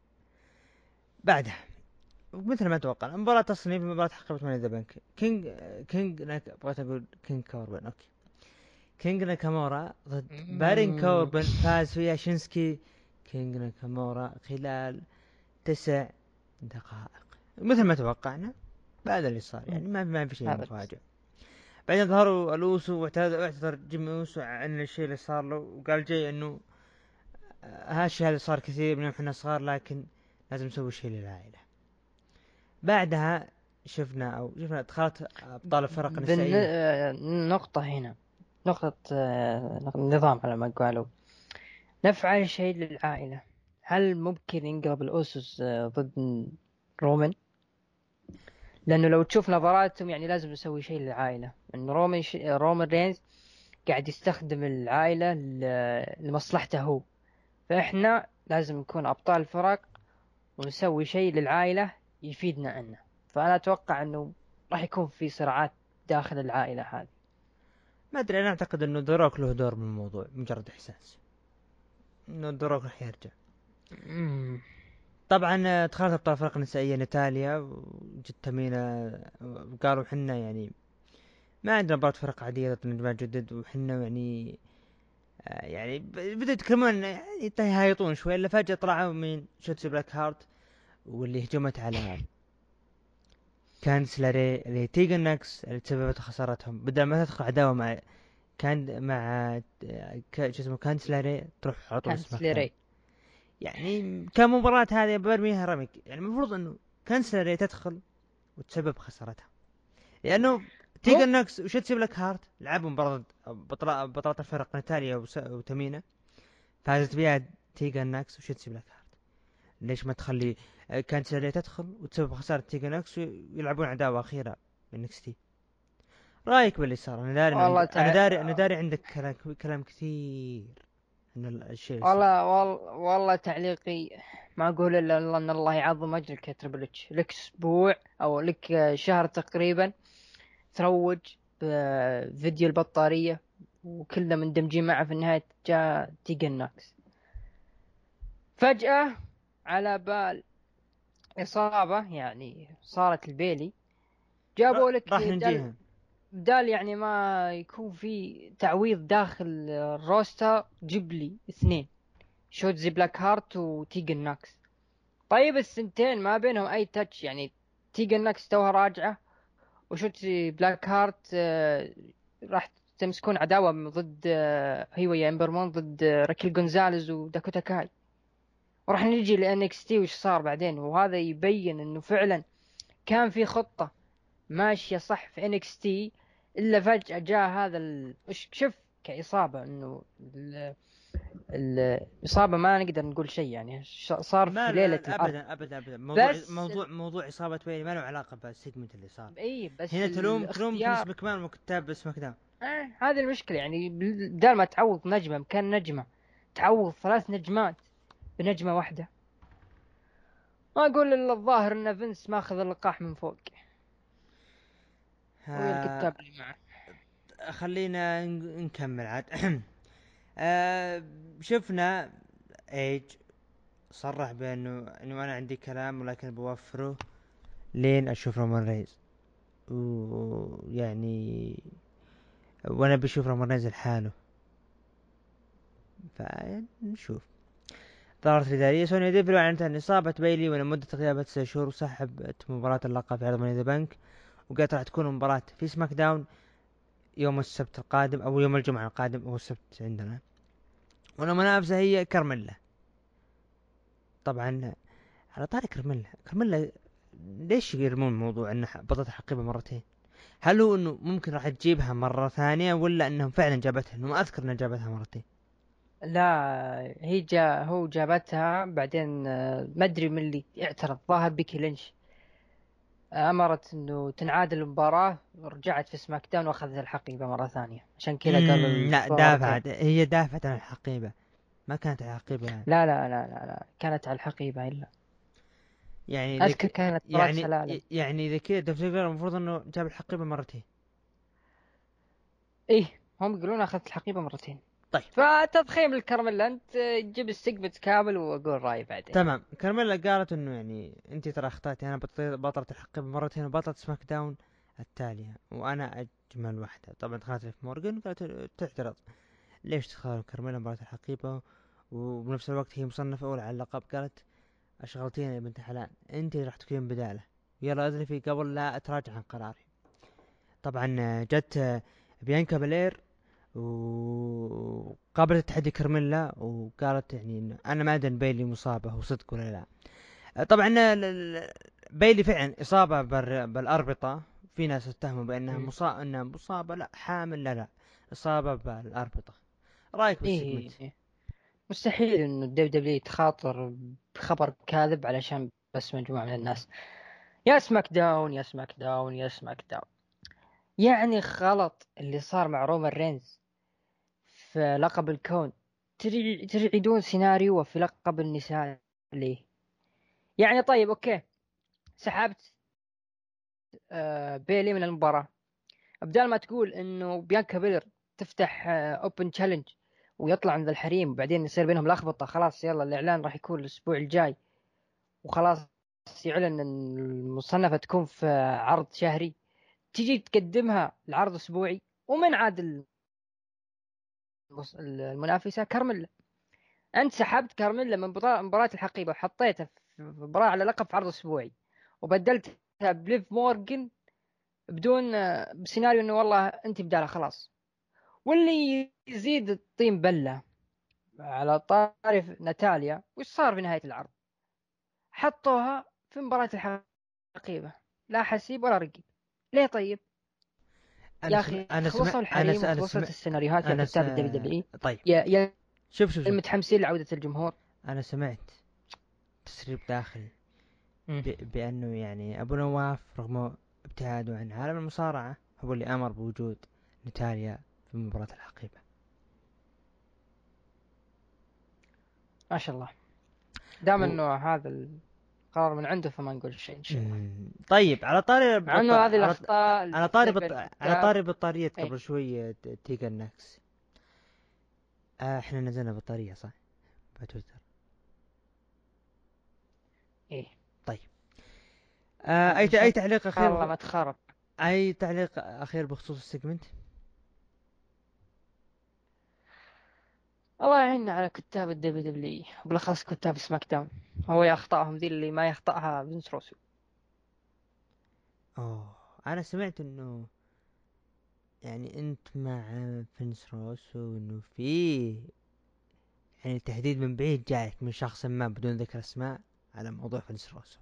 بعدها مثل ما اتوقع مباراة تصنيف، مباراة حقيبة ماني ذا بنك، كينج كينج ناك... بغيت اقول كينج كوربن، اوكي، كينج ناكامورا ضد بارين مم. كوربن، فاز فيها شينسكي كينج ناكامورا خلال تسع دقائق مثل ما توقعنا. بعد اللي صار يعني ما ما في شيء هذا بس. مفاجئ. بعدين ظهروا الأوسو واعتذر واعتذر جيمي أوسو عن الشيء اللي صار له، وقال جاي انه آه، هالشيء هذا صار كثير من يوم احنا صغار، لكن لازم نسوي شيء للعائلة. بعدها شفنا او شفنا دخلت ابطال الفرق بالن... النسائية. آه، نقطة هنا، نقطة آه، نظام على ما قالوا، نفعل شيء للعائلة. هل ممكن ينقلب الأوسوس آه، ضد رومان؟ لأنه لو تشوف نظراتهم يعني لازم نسوي شيء للعائلة. إن رومان ش... رومان رينز قاعد يستخدم العائلة ل- لمصلحته هو، فإحنا لازم نكون أبطال فرق ونسوي شيء للعائلة يفيدنا أنا. فأنا أتوقع أنه راح يكون في صراعات داخل العائلة هذه. ما ادري، انا اعتقد انه دروك له دور بالموضوع، مجرد احساس انه دروك راح يرجع. مم. طبعا آه، دخلت ابطال الفرق النسائية ناتاليا وجت تمينة، آه، قالوا حنا يعني ما عندنا مباراة فرق عادية ضد نجمات جدد، وحنا يعني آه، يعني ب- بدأوا يتكلمون يعني يهايطون شوي، الا فجأة طلعوا من شوتسي بلاك هارت واللي هجمت على كانسلري اللي هي تيجن ناكس اللي تسببت خسارتهم، بدل ما تدخل عداوة مع كان مع آه، ك- شو اسمه كانسلري، تروح على طول كان سماك داون. سليري. يعني كمباراة هذه برميها رمي، يعني المفروض انه كانسلري تدخل وتسبب خسارتها، لانه مو تيجن نوكس وشيتسي بلاك هارت لعبوا مباراة بطلات بطلات الفرق ناتاليا وس- وتمينة، فازت بها تيجن نوكس وشيتسي بلاك هارت. ليش ما تخلي آه، كانسلري تدخل وتسبب خسارة تيجن نوكس ويلعبون عداوة أخيرة بالنكستي؟ رايك باللي صار؟ انا داري انه عند... والله انا تع... داري انا داري عندك كلام كلام كثير عن ال- الشيء اللي صار. والله والله والله تعليقي ما أقول إلا الله أن الله يعظم أجرك يا تربل اتش. لك أسبوع أو لك شهر تقريبا تروج بفيديو البطارية، وكلنا مندمجين معه، في النهاية جاء تيجن ناكس فجأة على بال إصابة يعني صارت البيلي، جابوا را... لك راح دل نجيها. بدال يعني ما يكون في تعويض داخل الروستر، جيب لي اثنين، شوتزي بلاك هارت وتيجن ناكس. طيب السنتين ما بينهم اي تاتش، يعني تيجن ناكس توها راجعة، وشوتزي بلاك هارت آه، راح تمسكون عداوة ضد آه، هي ويا امبرمون ضد آه، راكيل جونزاليز وداكوتا كاي، وراح نجي لان اكس تي وش صار بعدين. وهذا يبين انه فعلا كان في خطة ماشية صح في ان اكس تي، الا فجأة جاء هذا ال... وش شوف كإصابة، انه ال... الإصابة ما نقدر نقول شيء، يعني ش- صار في ما ليلة لا العرض. ابدا ابدا ابدا، موضوع بس موضوع ال... موضوع اصابه بيلي ما له علاقه بالسيجمنت اللي صار. اي بس هنا تلوم تلوم في الاختيار، سماك مان وكتاب سماك داون. آه هذه المشكلة. يعني بدال ما تعوض نجمة مكان نجمة، تعوض ثلاث نجمات بنجمة واحدة. ما أقول إلا الظاهر إن فينس ماخذ اللقاح من فوق، ويا ها، الكتاب اللي معه. خلينا ن- نكمل عاد. آه شفنا ايج صرح بانه انه انا عندي كلام ولكن بوفره لين اشوف رومان ريز، ويعني وانا بشوف رومان ريز لحاله، فنشوف. ظهرت الإدارية سونيا ديفل أعلنت عن إصابة بايلي ولمدة غيابها تسع شهور، وسحبت مباراة اللقب في عرض ماني ذا بانك، وقالت راح تكون مباراة في سماك داون يوم السبت القادم أو يوم الجمعة القادم، هو السبت عندنا، والمنافسة هي كارميلا. طبعا على طاري كارميلا، كارميلا ليش يرمون موضوع أن بطلت الحقيبة مرتين؟ هل هو أنه ممكن راح تجيبها مرة ثانية، ولا أنهم فعلا جابتها؟ أنه ما أذكر أنها جابتها مرتين. لا، هي جا هو جابتها بعدين، آه، ما أدري من اللي اعترض، ظاهر بيكي لينش أمرت إنه تنعاد المباراة، ورجعت في سماك داون وأخذت الحقيبة مرة ثانية، عشان كذا قالوا مم، لا الجبة مرتين. دافعت، هي دافعت عن الحقيبة، ما كانت على الحقيبة يعني. لا لا لا لا لا، كانت على الحقيبة إلا يعني إذا أذكر ك... كانت مباراة يعني سلالم. يعني إذا كذا دفتر المفروض إنه جاب الحقيبة مرتين. إيه، هم يقولون أخذت الحقيبة مرتين. طيب فتضخيم الكرمل، أنت تجيب السيجمنت كامل وأقول رأيي بعدين. تمام. كارميلا قالت إنه يعني أنت ترى أخطأتي، أنا بطلت بطلت الحقيبة مرتين وبطلت سماك داون التالية وأنا أجمل واحدة. طبعا دخلت في مورجان قالت تعترض ليش تختار كارميلا مباراة الحقيبة، وبنفس الوقت هي مصنفة أولى على اللقب. قالت أشغلتيني يا بنت حلال، أنت راح تكون بدالة، يلا أذرفي قبل لا أتراجع عن قراري. طبعا جت بيانكا بلير وقابلت تحدي كارميلا، وقالت يعني إن انا ما ادري إن بايلي مصابه وصدق ولا لا. طبعا ال- ال- بايلي فعلا اصابه بال- بالاربطه، في ناس اتهموا بانها مم. مصابه، انها مصابه، لا حامل، لا لا، اصابه بالاربطه. رايك بالسيجمنت؟ إيه، إيه. مستحيل إنه الدب دبليو تخاطر بخبر كاذب علشان بس مجموعة من الناس. يا سماك داون يا سماك داون يا سماك داون. يعني غلط اللي صار مع رومان رينز في لقب الكون، تري- تريدون سيناريو في لقب النساء ليه؟ يعني طيب أوكي، سحبت آه بيلي من المباراة، بدال ما تقول إنه بيانكا بيلر تفتح آه أوبن تشالنج ويطلع عند الحريم، وبعدين يصير بينهم لخبطة، خلاص يلا الإعلان راح يكون الأسبوع الجاي، وخلاص يعلن ان المصنفة تكون في عرض شهري، تيجي تقدمها العرض اسبوعي. ومن عاد المص- المنافسة كارميلا، انت سحبت كارميلا من بطا- مباراة الحقيبة وحطيتها في مباراة على لقب في عرض اسبوعي، وبدلتها بليف مورجن بدون آه، بسيناريو انه والله انت بدالها خلاص. واللي يزيد الطين بلة على طاري ناتاليا، وش صار في نهاية العرض؟ حطوها في مباراة الحقيبة، لا حسيب ولا رقيب. ليه طيب؟ انا يا سمع اخي انا سمع خلصوا انا الحريم س... انا سمع وخلصت السيناريوهات يا انا س... كتاب الدبليو دبليو اي. طيب يا يا شوف شوف شوف المتحمسين لعودة الجمهور. انا سمعت تسريب داخلي مم. ب... بانه يعني ابو نواف رغم ابتعاده عن عالم المصارعة هو اللي امر بوجود نتاليا في مباراة الحقيبة. ما شاء الله، دام و... انه هذا القرار من عنده فما نقول شيء ان شاء الله. مم. طيب على طاري مع بط... انه هذه على الاخطاء اللي على طاري تصير بط... بين على الكتاب. طاري بطارية اي، قبل شوية تيجان ناكس. آه احنا نزلنا بطارية صح بتويتر. اي. طيب آه اي ان ت... اي شاء تعليق الله اخير؟ ما تخرب. اي تعليق اخير بخصوص السيجمنت؟ الله يعيننا على كتاب الدبليو دبليو، بالاخص كتاب سماك داون. هو اخطائهم ذي اللي ما يخطئها فينس روسو. اوه، انا سمعت انه يعني انت مع فينس روسو، انه في يعني تهديد من بعيد جايك من شخص ما بدون ذكر اسماء على موضوع فينس روسو.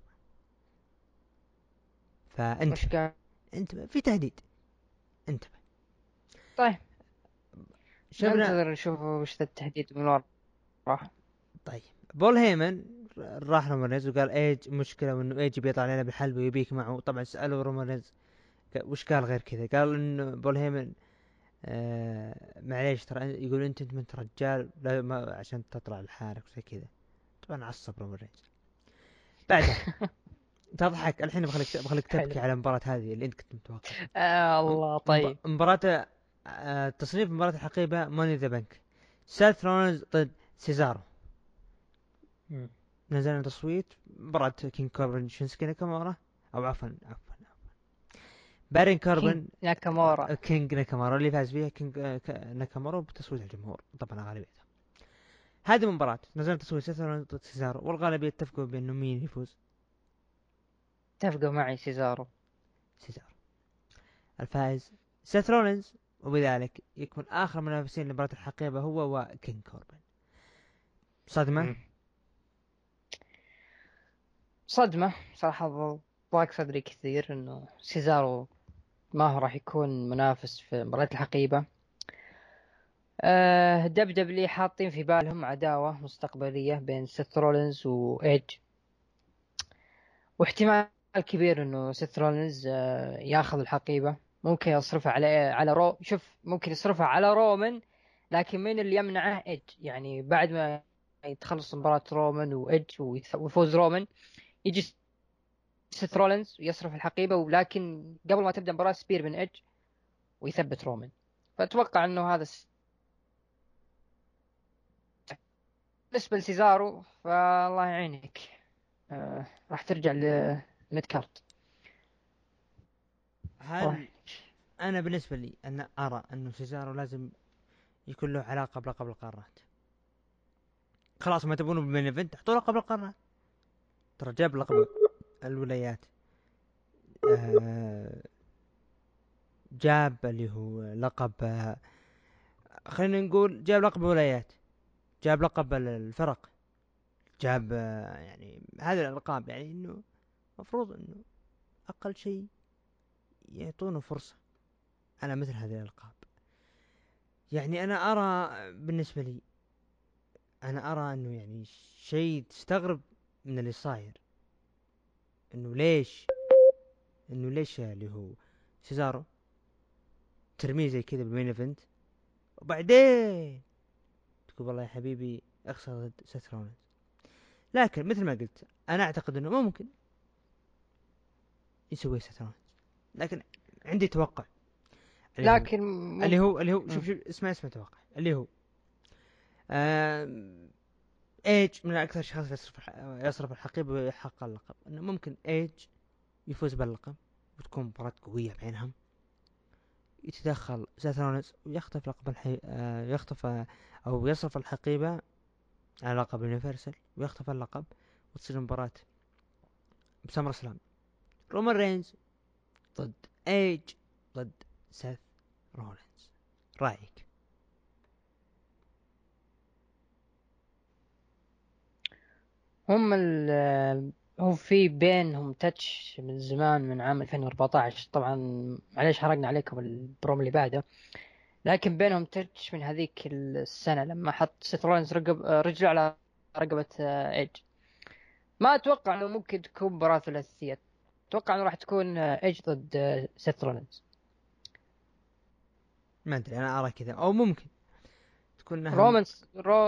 وش فانتبه، قال؟ انتبه، في تهديد، انتبه. طيب شفنا. ننتظر نشوف وش ذا التهديد من وراه. طيب، بول هيمن راح رومانيز وقال ايج مشكلة، وانه ايج بيطلع علينا بالحلب ويبيك معه. طبعا سألوا رومانيز وش قال غير كذا، قال انه بول هيمن آه معليش ترى، يقول انت انت انت رجال لا ما عشان تطلع لحالك وزي كذا. طبعا عصب رومانيز. بعدها تضحك الحين، بخليك بخليك حلو. تبكي على المباراة هذه اللي انت كنت متوقعها. آه الله مب- طيب. مباراة آه تصنيف مباراة الحقيبة ماني ذا بنك، سيث رولينز ضد سيزارو. مم. نزلنا تصويت. مباراة كينج كوربن شينسكي ناكامورا، او عفوا عفوا بارين كينج كوربن. ناكامورا. آه، كينج ناكامورا اللي فاز فيها كينج آه، ك- ناكامورا بتصويت الجمهور طبعا غالبيتها. هذه المباراة نزلنا تصويت سيث رولينز ضد سيزارو، والغالبية اتفقوا بانه مين يفوز. اتفقوا معي سيزارو. سيزارو الفائز سيث رولينز، وبذلك يكون اخر منافسين لمباراة الحقيبة هو وكينج كوربن. صدمة. مم. صدمة صراحة. ضاق صدري كثير انه سيزارو ما هو راح يكون منافس في مباراة الحقيبة. أه دب دبليو حاطين في بالهم عداوة مستقبلية بين سيث رولينز وإيج، واحتمال كبير انه سيث رولينز أه ياخذ الحقيبة. ممكن يصرفها على على رو شوف ممكن يصرفها على رومان، لكن مين اللي يمنعه؟ إيج. يعني بعد ما يتخلص مباراة رومان وإيج ويث- ويفوز رومان، يجي سيث رولينز ويصرف الحقيبة، ولكن قبل ما تبدأ مباراة سبير من إيج ويثبت رومان. فأتوقع انه هذا الس- بالنسبة لسيزارو فالله يعينك. آه راح ترجع لميد كارت. الله هل يعينك. انا بالنسبة لي انا ارى انه سيزارو لازم يكون له علاقة بلقب القارات. خلاص ما تبونه بالمين ايفنت، حطوا لقب القارات. ترى جاب لقب الولايات، آه جاب اللي هو لقب آه خلينا نقول جاب لقب الولايات، جاب لقب الفرق، جاب آه يعني هذه الالقاب. يعني انه مفروض انه اقل شيء يعطونه فرصة على مثل هذه الالقاب. يعني انا ارى بالنسبة لي، انا ارى انه يعني شيء تستغرب من اللي صاير. انه ليش انه ليش اللي هو سيزارو ترميه زي كذا بالمين ايفنت، وبعدين تقول والله يا حبيبي اخسر ضد سيث رولينز. لكن مثل ما قلت انا اعتقد انه ممكن يسوي سيث رولينز، لكن عندي توقع اللي هو لكن اللي ممكن. هو اللي هو شوف شوف اسمع اسمع توقع اللي هو آم، ايج من اكثر الاشخاص يصرف الح- يصرف الحقيبة ويحقق اللقب. انه ممكن ايج يفوز باللقب وتكون مباراة قوية بعينها، يتدخل سيث رولينز ويخطف لقب الحي... آه يخطف آه او يصرف الحقيبة على لقب يونيفرسال ويخطف اللقب، وتصير مباراة بسمر سلام رومان رينز ضد ايج ضد سيث رولينز. رايك؟ هم ال هو في بينهم تاتش من زمان، من عام ألفين وأربعتاشر طبعا. معليش حرقنا عليكم البروم اللي بعده. لكن بينهم تاتش من هذيك السنة لما حط سيث رولينز رقب رجله على رقبة آه، ايج. ما اتوقع انه ممكن تكون مباراة ثلاثية. اتوقع انه راح تكون آه، ايج ضد آه، سيث رولينز. ما ادري، انا ارى كذا، او ممكن تكون انها م- رومانس رو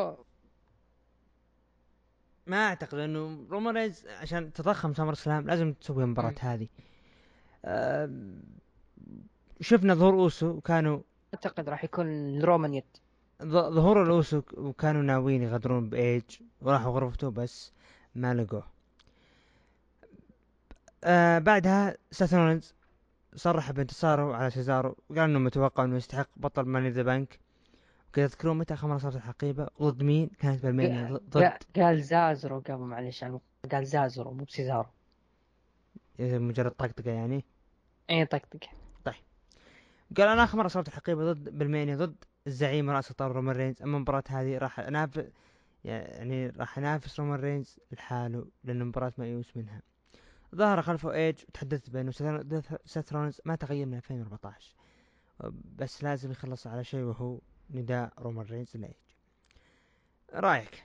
ما اعتقد انه رومان رينز عشان تضخم سمر سلام لازم تسوي المباراة مم. هذه. أم، شفنا ظهور اوسو وكانوا اعتقد راح يكون رومان يد. ظ- ظهور الاوسو وكانوا ناويين يغدرون بايج وراحوا غرفته بس ما لقوه. آه بعدها سيث رولينز صرح بانتصاره على سيزارو، وقال انه متوقع انه يستحق بطل ماني ذا بانك. وكذا تذكرون متى اخر مرة صارت الحقيبة ضد مين؟ كانت بالمانيا ق- ضد ق- قال زازرو قبل، معلش يعني قال زازرو مو بسيزارو. مجرد طقطقة يعني. اي طقطق. طيب، قال انا اخر مرة صارت الحقيبة ضد بالمانيا ضد الزعيم رأس الطار رومان رينز، اما المباراة هذه راح انافس، يعني راح ينافس رومان رينز لحاله لان المباراة مأيوس منها. ظهر خلفه ايج، وتحدثت بانه سيث رولينز ما تغير من ألفين وأربعتاشر، بس لازم يخلص على شيء وهو نداء رومان رينز لايج. رايك؟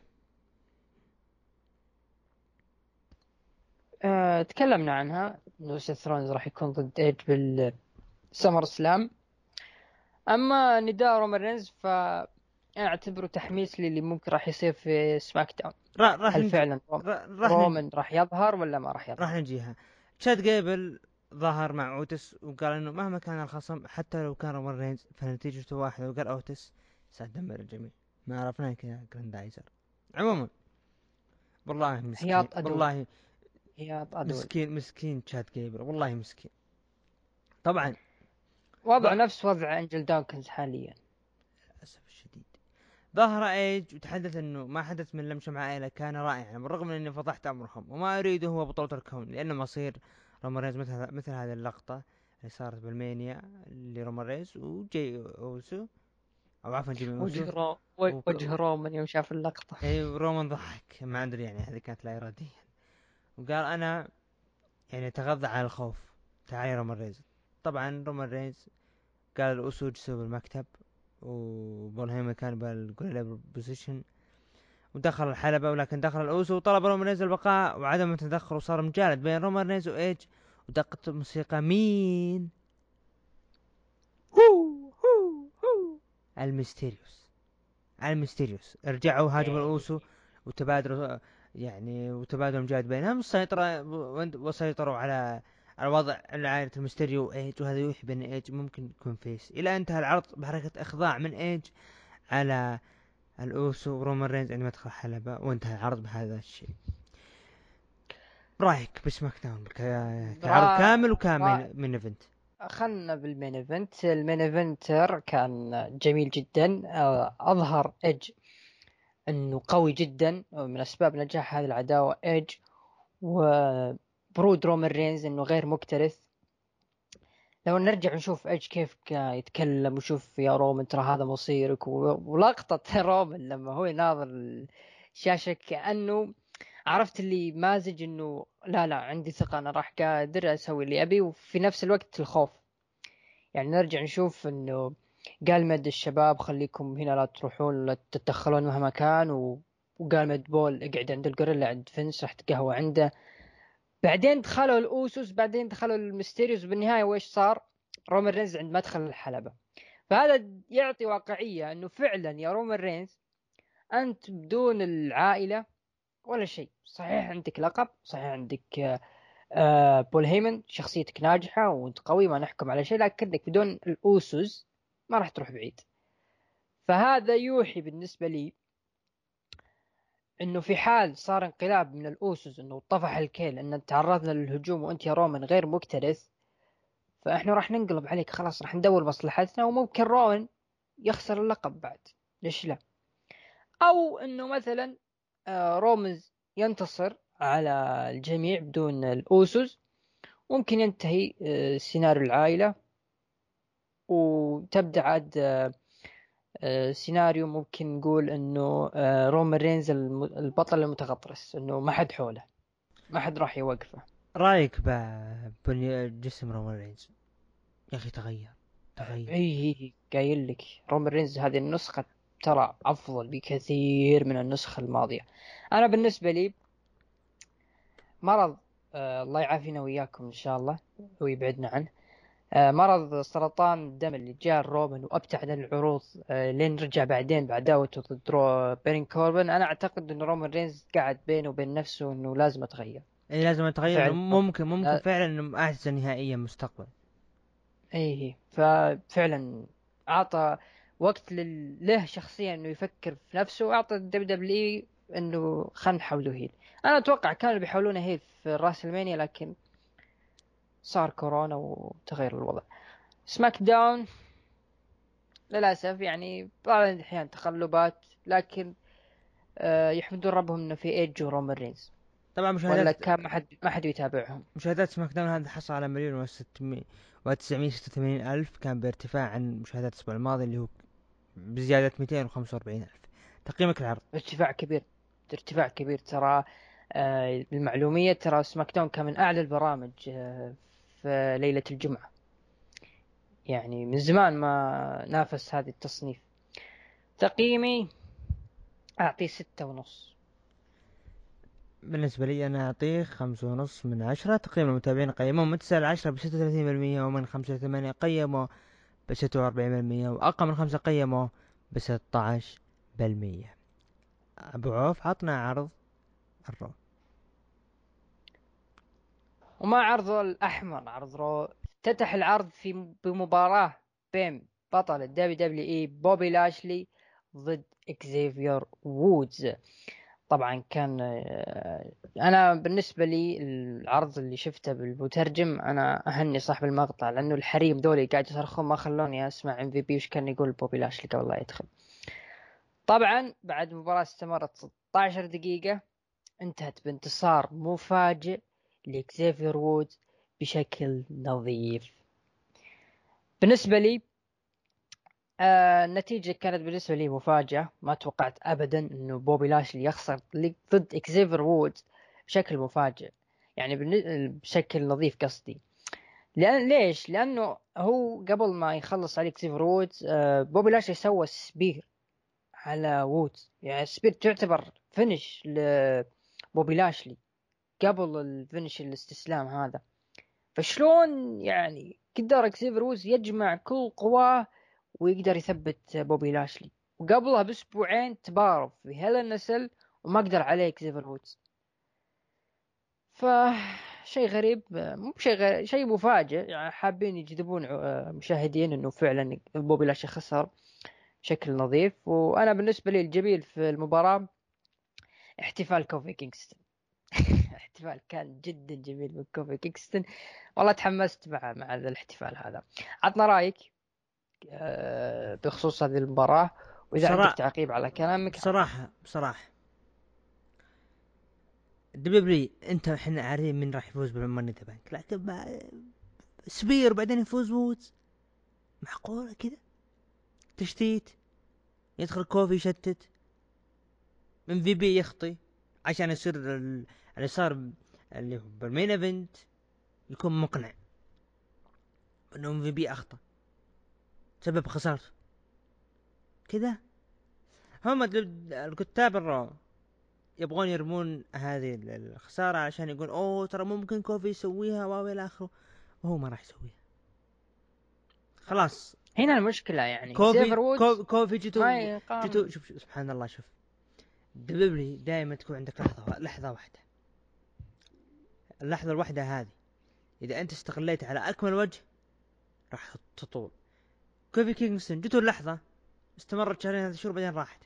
أه تكلمنا عنها انه سيث ثرونز راح يكون ضد ايج بالسمر سلام. اما نداء رومان رينز فاعتبره تحميس للي ممكن راح يصير في سماك داون. را راح هل نجي فعلا روم- را راح نجي رومان راح يظهر ولا ما راح راح يظهر؟ نجيها. تشاد جيبل ظهر مع اوتس وقال انه مهما كان الخصم حتى لو كان رومان رينز فنتيجته واحدة، وقال اوتس سأدمر الجميع. ما عرفناه كذا جراندايزر. عموما والله مسكين، هياط ادول. والله هياط ادول. مسكين مسكين تشاد جيبل، والله مسكين. طبعا وضع ض- نفس وضع انجل داوكنز حاليا. للأسف الشديد ظهر ايج وتحدث انه ما حدث من لمسه مع عائلة كان رائعا، بالرغم من اني فضحت امرهم وما اريده هو بطولة الكون، لانه مصير رومان رينز مثل مثل هذه اللقطة اللي صارت بالمانيا لرومان رينز وجي اوسو، او عفوا جيمي اوسو. وجه رو... وك... وجه رومان يوم شاف اللقطة. اي رومان ضحك، ما ادري يعني هذه كانت لا اراديا، وقال انا يعني اتغذى على الخوف. تعال يا رومان رينز. طبعا رومان رينز قال الاوسو جلسوا بالمكتب، وبول هيمن كان بالجوريلا بوزيشن ودخل الحلبة، ولكن دخل الأوسو وطلب رومان رينز البقاء وعدم التدخل، وصار مجالد بين رومان رينز وإيج، ودقت الموسيقى مين؟ هو هو هو الميستيريوس. الميستيريوس رجعوا هاجموا الأوسو وتبادلوا، يعني وتبادلوا مجالد بينهم، السيطرة وسيطروا على الوضع عائلة الميستيريو وإيج، وهذا يوحي بأن إيج ممكن يكون فيس. إلى انتهى العرض بحركة إخضاع من إيج على الأوسو ورومان رينز عندما دخل الحلبة، وانتهى العرض بهذا الشيء. رايك بسماك داون ك- كعرض را... كامل را... وكامل من ايفنت؟ خلنا بالمين ايفنت. المين ايفنتر كان جميل جدا. آه، اظهر ايج انه قوي جدا، من اسباب نجاح هذه العداوة ايج وبرود رومان رينز انه غير مكترث. لو نرجع نشوف ايج كيف كان يتكلم وشوف يا رومان ترى هذا مصيرك، و- ولقطة رومان لما هو يناظر الشاشة كأنه عرفت اللي مازج انه لا لا عندي ثقة انا راح قادر اسوي اللي ابي، وفي نفس الوقت الخوف. يعني نرجع نشوف انه قال مد الشباب خليكم هنا لا تروحون لا تتدخلون مهما كان، و... وقال مد بول اقعد عند الجوريلا عند فينس راح تقهوى عنده. بعدين دخلوا الأوسوس، بعدين دخلوا الميستيريوس، بالنهاية وإيش صار؟ رومان رينز عند مدخل الحلبة. فهذا يعطي واقعية أنه فعلا يا رومان رينز أنت بدون العائلة ولا شيء. صحيح عندك لقب، صحيح عندك آه، آه، بول هيمن شخصيتك ناجحة وأنت قوي ما نحكم على شيء، لكنك بدون الأوسوس ما راح تروح بعيد. فهذا يوحي بالنسبة لي انه في حال صار انقلاب من الأوسوس انه طفح الكيل ان تعرضنا للهجوم وانت يا رومان غير مكترث، فاحنا راح ننقلب عليك خلاص، راح ندور مصلحتنا، وممكن رومان يخسر اللقب بعد. ليش لا؟ او انه مثلا آه، رومز ينتصر على الجميع بدون الأوسوس، ممكن ينتهي آه، سيناريو العائلة، وتبدأ عاد آه، آه، سيناريو ممكن نقول انه آه، رومان رينز الم- البطل المتغطرس، انه ما حد حوله، ما حد راح يوقفه. رايك ببني جسم رومان رينز؟ يا اخي تغير، تغير. اي اي قايل لك رومان رينز هذه النسخة ترى افضل بكثير من النسخة الماضية. انا بالنسبة لي مرض آه الله يعافينا وياكم ان شاء الله ويبعدنا عنه. آه مرض سرطان الدم اللي جاء رومان وابتعد عن العروض آه لين رجع بعدين بعداوته ضد درو بيرين كوربن. انا اعتقد ان رومان رينز قاعد بينه وبين نفسه انه لازم اتغير. اي لازم اتغير، انه فعلا ممكن ممكن لا. فعلا انه احسن نهائيا مستقبل. ايه ففعلا اعطى وقت لل- له شخصيا انه يفكر في نفسه، واعطى الدب دبليو انه خلينا نحوله هيل. انا اتوقع كانوا بيحاولونه هيل في راس المانيا، لكن صار كورونا وتغير الوضع. سماك داون للأسف يعني بعض الأحيان تقلبات، لكن آه يحمدون ربهم إنه في إيج ورومان رينز، طبعا ولا مشاهدات كان ما حد ما حد يتابعهم. مشاهدات سماك داون هذا حصل على مليون وستمية وتسعمية وستة وثمانين ألف، كان بارتفاع عن مشاهدات الأسبوع الماضي اللي هو بزيادة مئتين وخمسة وأربعين ألف. تقييمك العرض؟ ارتفاع كبير، ارتفاع كبير ترى. آه المعلومية ترى سماك داون كان من أعلى البرامج آه في ليلة الجمعة، يعني من زمان ما نافس هذه التصنيف. تقييمي أعطيه ستة ونص. بالنسبة لي أنا أعطيه خمسة ونص من عشرة. تقييم المتابعين قيموه من تسعة لعشرة بستة وثلاثين بالمية، ومن خمسة لثمانية قيموه بستة وأربعين بالمية، وأقل من خمسة قيموه بستة عشر بالمية. أبو عوف عطنا عرض الرو. وما عرض الأحمر، عرض رو، افتتح العرض في بمباراة بين بطل الدبليو دبليو اي بوبي لاشلي ضد اكزيفير وودز. طبعا كان آه، انا بالنسبه لي العرض اللي شفته بالمترجم انا اهني صاحب المقطع، لانه الحريم دولي قاعد يصرخون ما خلوني اسمع ام في بي وش كان يقول بوبي لاشلي قبل لا يدخل. طبعا بعد مباراة استمرت ستة عشر دقيقة انتهت بانتصار مفاجئ لإكزيفير وودز بشكل نظيف. بالنسبة لي آه النتيجة كانت بالنسبة لي مفاجأة، ما توقعت أبدا أنه بوبي لاشلي يخسر ضد إكزيفير وودز بشكل مفاجئ، يعني بشكل نظيف قصدي. لأن ليش؟ لأنه هو قبل ما يخلص على إكزيفير وودز آه بوبي لاشلي سوى سبير على وودز، يعني سبير تعتبر فينش لبوبي لاشلي قبل الفينش الاستسلام هذا. فشلون يعني قدر إكزيفير وودز يجمع كل قواه ويقدر يثبت بوبي لاشلي؟ وقبلها باسبوعين تباروا في هيل نسل وما قدر عليه إكزيفير وودز. فشيء غريب، مو شيء غريب، شيء مفاجئ، يعني حابين يجذبون آه، مشاهدين انه فعلا بوبي لاشلي خسر بشكل نظيف. وانا بالنسبه لي الجميل في المباراه احتفال كوفي كينغستون. احتفال كان جدا جميل من كوفي كينغستون، والله تحمست مع مع الاحتفال هذا. عطنا رايك آه، بخصوص هذه المباراة، وإذا عندك بصراحة تعقيب على كلامك عطنا. بصراحة بصراحة دبليو انت احنا عارفين من راح يفوز بالماني ذا بانك، لكن ما سبير بعدين يفوز وودز؟ معقولة كذا؟ تشتيت، يدخل كوفي يشتت، من في بي يخطي عشان يصير ال- اللي صار اللي هو بالمين ايفنت يكون مقنع انه ام في بي اخطا سبب خسارته كذا. هم ال- الكتاب الرو يبغون يرمون هذه ال- الخسارة عشان يقول اوه ترى ممكن كوفي يسويها واو الى اخره، وهو ما راح يسويها. خلاص. هنا المشكلة يعني كوفي اكزيفر وودز كوفي, كوفي ما جتو جتو يقارن. شوف, شوف سبحان الله. شوف دبليو دائما تكون عندك لحظة لحظة واحدة، اللحظة الواحدة هذه إذا أنت استغليت على أكمل وجه راح تطول. كوفي كينغستون جته اللحظة استمرت شهرين ثلاثة شهور بعدين راحت،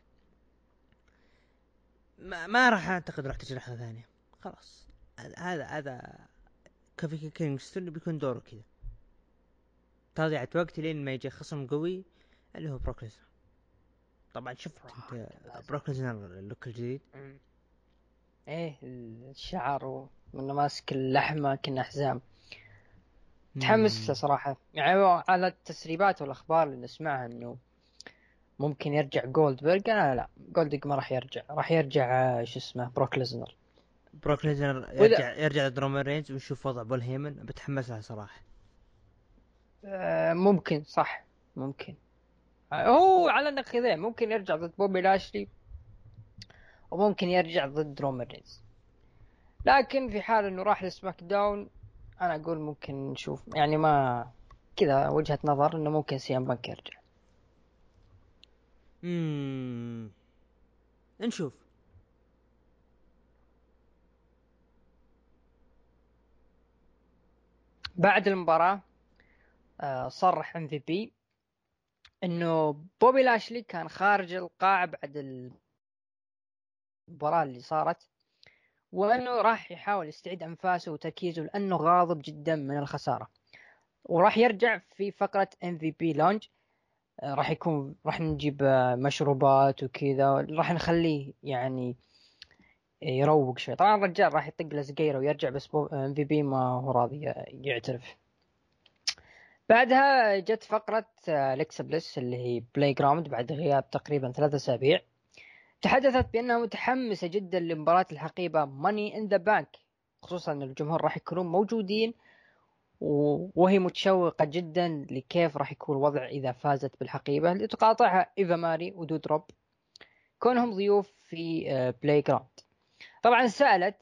ما, ما راح أعتقد راح تجي لحظة ثانية. خلاص هذا هذا كوفي كينغستون بيكون دوره كذا، تضيعة وقت لين ما يجي خصم قوي اللي هو بروك ليزنر. طبعا شفت انت بروك ليزنر اللوك الجديد؟ مم. ايه الشعر ومنه ماسك اللحمة كنا حزام. تحمس له مم. صراحة، يعني على التسريبات والأخبار اللي نسمعها إنه ممكن يرجع جولدبرغ. أنا لا، جولدبرغ ما راح يرجع، راح يرجع آه، شو اسمه بروك ليزنر. بروك ليزنر وإذا يرجع يرجع لدرومان رينز ونشوف وضع بول هيمن، بتحمس لها صراحة. آه، ممكن صح، ممكن هو على النقيضين، ممكن يرجع ضد بوبي لاشلي وممكن يرجع ضد رومان رينز. لكن في حال انه راح لسماك داون انا اقول ممكن نشوف، يعني ما كذا وجهة نظر انه ممكن سي ام بانك يرجع. مم. نشوف. بعد المباراة آه، صرح ام في بي انه بوبي لاشلي كان خارج القاعة بعد المباراة اللي صارت، وأنه راح يحاول يستعيد أنفاسه وتركيزه لأنه غاضب جدا من الخسارة، وراح يرجع في فقرة إم في بي لونج. راح يكون راح نجيب مشروبات وكذا، راح نخليه يعني يروق شوي. طبعا الرجال راح يطق له سجيره ويرجع، بس ام في بي ما هو راضي يعترف. بعدها جت فقرة أليكسا بليس اللي هي بلاي جراوند بعد غياب تقريبا ثلاثة أسابيع. تحدثت بأنها متحمسة جدا لمباراة الحقيبة ماني إن ذا بانك، خصوصا أن الجمهور راح يكونون موجودين، وهي متشوقة جدا لكيف راح يكون الوضع إذا فازت بالحقيبة اللي تقاطعها إيفا ماري ودودروب كونهم ضيوف في بلاي جراوند. طبعا سألت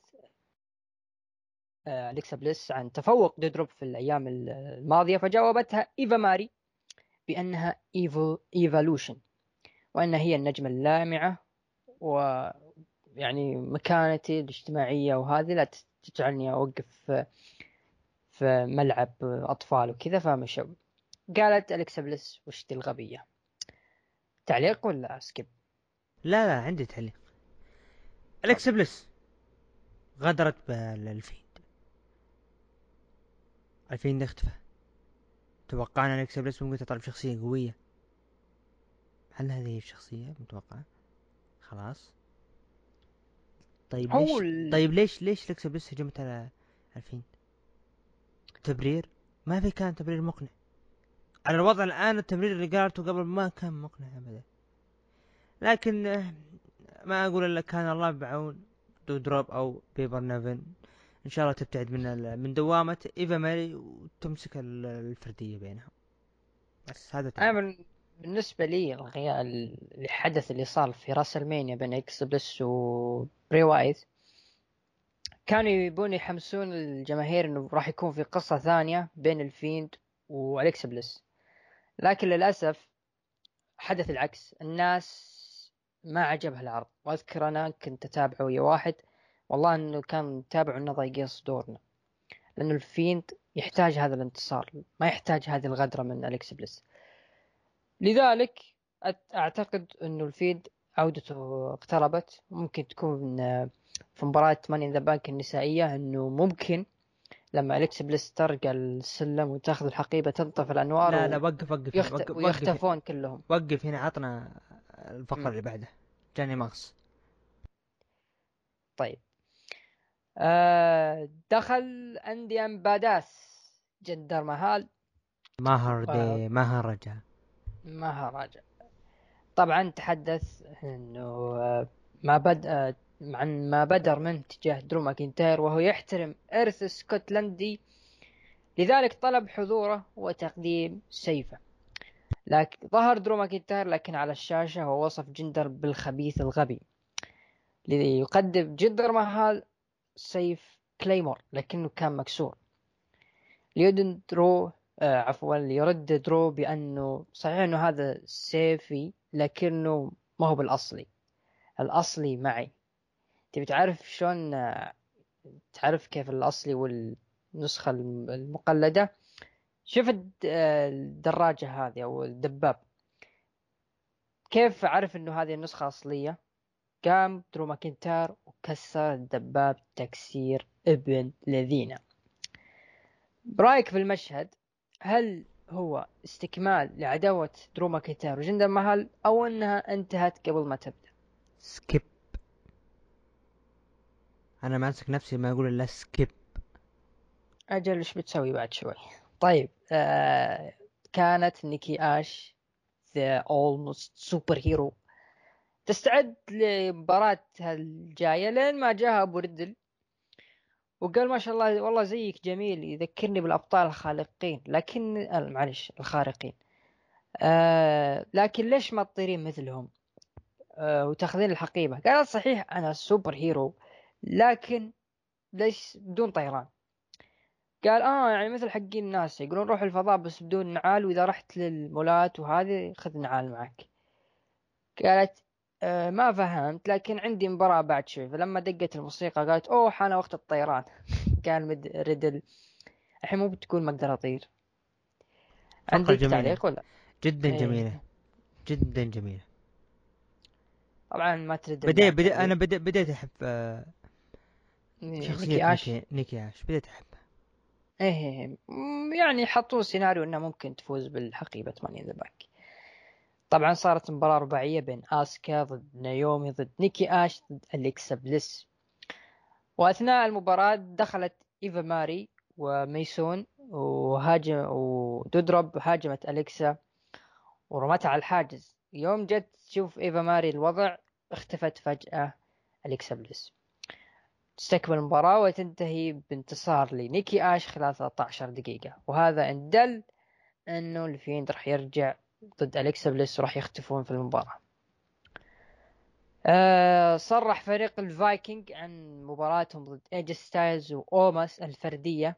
أليكسا بليس عن تفوق دودروب في الأيام الماضية، فجاوبتها إيفا ماري بأنها إيفو إيفالوشن، وأن هي النجمة اللامعة، ويعني مكانتي الاجتماعية وهذه لا تجعلني أوقف في ملعب أطفال وكذا فمشوا. قالت أليكسا بليس وش دي الغبية؟ تعليق ولا سكيب؟ لا لا عندي تعليق. أليكسا بليس غدرت بالفيند، الفيند اختفى. توقعنا أليكسا بليس ممكن تطلع بشخصية قوية، هل هذه الشخصية متوقعة؟ خلاص. طيب هو ليش ال... طيب ليش ليش أليكسا بليس هجمت على الفيند؟ تبرير؟ ما في كان تبرير مقنع. على الوضع الآن التبرير اللي قالته قبل ما كان مقنع أبدا. لكن ما أقول إلا كان الله بعون دودروب أو بيبر نيفن إن شاء الله تبتعد من من دوامة إيفا ماري وتمسك الفردية بينهم. بس هذا تعليق. أنا بالنسبة لي الغياء الحدث اللي صار في راس المانيا بين إكس بليس وبري وايت كانوا يبون يحمسون الجماهير انه راح يكون في قصة ثانية بين الفيند واليكس بليس، لكن للأسف حدث العكس. الناس ما عجبها العرض، واذكر انا كنت اتابعه ويا واحد والله انه كان تابع انه ضايقين صدورنا، لانه الفيند يحتاج هذا الانتصار، ما يحتاج هذه الغدرة من اليكس بليس. لذلك اعتقد انه الفيند عودته اقتربت، ممكن تكون في مباراة ماني ان ذا بانك النسائية، انه ممكن لما أليكس بليس ترقى السلم وتاخذ الحقيبة تنطفي لا لا الأنوار وقف وقف هنا ويخت... وقف وقف هنا ويختفون كلهم. وقف هنا عطنا الفقرة مم. اللي بعدها. جاني ماكس. طيب آه دخل أنديان باداس جندر مهال ماهر آه دي مهرجة. مهاراجا. طبعا تحدث انه آه ما بد آه عن ما بدر من تجاه درو ماكنتاير وهو يحترم إرث اسكتلندي، لذلك طلب حضوره وتقديم سيفه. لكن ظهر درو ماكنتاير لكن على الشاشة هو وصف جندر بالخبيث الغبي، ليقدم جندر مهال سيف كليمور لكنه كان مكسور. ليدن درو آه عفوا ليرد درو بأنه صحيح أنه هذا سيفي لكنه ما هو بالأصلي، الأصلي معي. تبي تعرف شلون آه تعرف كيف الأصلي والنسخة المقلدة؟ شوف الدراجة هذه أو الدباب، كيف عرف أنه هذه النسخة أصلية؟ قام درو ماكنتاير وكسر الدباب تكسير ابن لذينة. برايك في المشهد، هل هو استكمال لعداوة درو ماكنتاير وجندر مهال أو أنها انتهت قبل ما تبدأ؟ سكيب. أنا ماسك نفسي ما أقول إلا سكيب. أجل إيش بتسوي بعد شوي؟ طيب آه كانت نيكي آش The Almost Super Hero تستعد لمباراتها الجاية لين ما جاها أبو ردل وقال ما شاء الله والله زيك جميل يذكرني بالأبطال الخارقين، لكن آه، معلش الخارقين آه لكن ليش ما تطيرين مثلهم آه وتاخذين الحقيبة؟ قالت صحيح أنا سوبر هيرو لكن ليش بدون طيران؟ قال آه يعني مثل حقين الناس يقولون روح الفضاء بس بدون نعال، وإذا رحت للمولات وهذه خذ نعال معك. قالت آه ما فهمت لكن عندي مباراة بعد شوي. فلما دقت الموسيقى قالت أوه حان وقت الطيران. قال مد ريدل الحين مو بتقول ما أقدر أطير. فقرة عندك جميلة تعليق ولا؟ جدا جميلة إيه جدا جميلة. طبعا ما ترد بديت لها بديت تعليق. أنا بديت بديت أحب آه شخصية نيكي آش. نيكي, نيكي آش بديت أحبها. إيه إيه إيه. م- يعني حطوا سيناريو إنها ممكن تفوز بالحقيبة ماني ذا بانك. طبعا صارت مباراة رباعية بين آسكا ضد نايومي ضد نيكي آش ضد أليكسا بليس. وأثناء المباراة دخلت إيفا ماري وميسون وهاجم ودودروب هاجمت أليكسا ورمتها على الحاجز. يوم جت تشوف إيفا ماري الوضع اختفت فجأة أليكسا بليس. تستكمل المباراة وتنتهي بانتصار لنيكي آش خلال ثلاثة عشر دقيقة، وهذا إن دل إنه الفيند راح يرجع ضد أليكسا بليس وراح يختفون في المباراة. أه صرح فريق الفايكنج عن مباراتهم ضد ايج ستايلز وأوماس الفردية،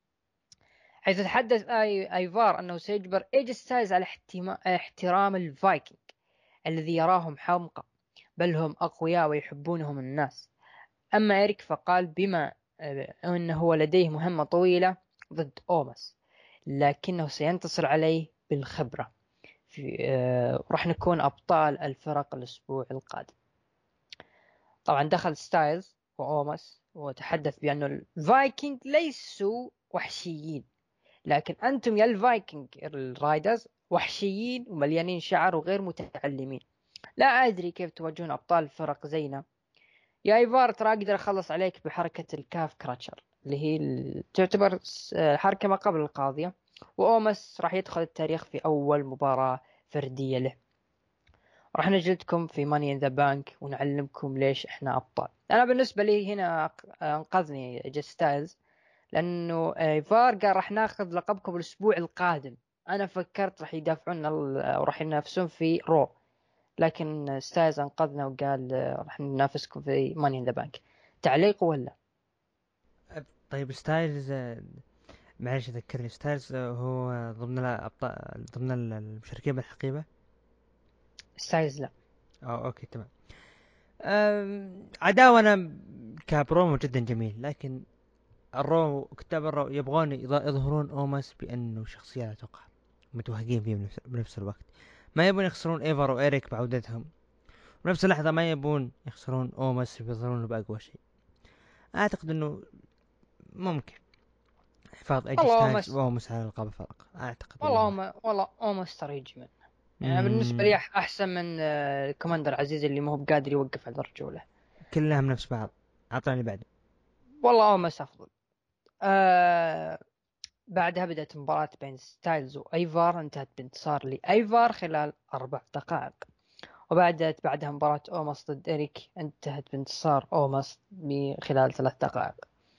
حيث تحدث آي ايفار انه سيجبر ايج ستايلز على احترام الفايكنج الذي يراهم حمقى، بل هم اقوياء ويحبونهم الناس. اما إيريك فقال بما انه هو لديه مهمة طويلة ضد أوماس لكنه سينتصر عليه بالخبرة في أه راح نكون ابطال الفرق الاسبوع القادم. طبعا دخل ستايلز وأوماس وتحدث بأن الفايكنج ليسوا وحشيين، لكن أنتم يا الفايكنج الرايدرز وحشيين ومليانين شعر وغير متعلمين. لا أدري كيف تواجهون أبطال فرق زينا. يا إيفار ترى أقدر أخلص عليك بحركة الكاف كراتشر اللي هي ال- تعتبر حركة ما قبل القاضية. وأوماس راح يدخل التاريخ في أول مباراة فردية له. راح نجلدكم في ماني ان ذا بانك ونعلمكم ليش احنا ابطال. انا بالنسبه لي هنا انقذني جيس ستايلز، لانه فار قال راح ناخذ لقبكم الاسبوع القادم. انا فكرت راح يدافعون وراح ينافسون في رو، لكن ستايلز انقذنا وقال راح ننافسكم في ماني ان ذا بانك. تعليق ولا؟ طيب ستايلز، معلش ذكرني، ستايلز هو ضمن الأبطال ضمن المشاركين بالحقيبة؟ ستايلز لا. اه اوكي تمام. أم، عداوة انا كبرومو جدا جميل، لكن الرو كتاب الرو يبغون يظ- يظهرون اوماس بانه شخصية لا تقهر، متوهقين فيه بنفس, بنفس الوقت. ما يبون يخسرون ايفر وايريك بعودتهم، ونفس اللحظة ما يبون يخسرون اوماس ويظهرونه باقوى شيء. اعتقد انه ممكن حفاظ ايج والله ستايلز اومس واوماس على القاب الفرق، اعتقد والله والله. أوما والله اومس ترى يجي منه. يعني بالنسبه لي مم. أح- احسن من آه، الكوماندر عزيز اللي ما هو بقادر يوقف على الرجوله. كلهم نفس بعض، اعطاني بعد. والله اومس افضل. آه بعدها بدأت مباراة بين ستايلز وأيفار، انتهت بانتصار لأيفار خلال أربع دقائق. وبعدت بعدها مباراة أوماس ضد إريك، انتهت بانتصار أوماس خلال ثلاث دقائق.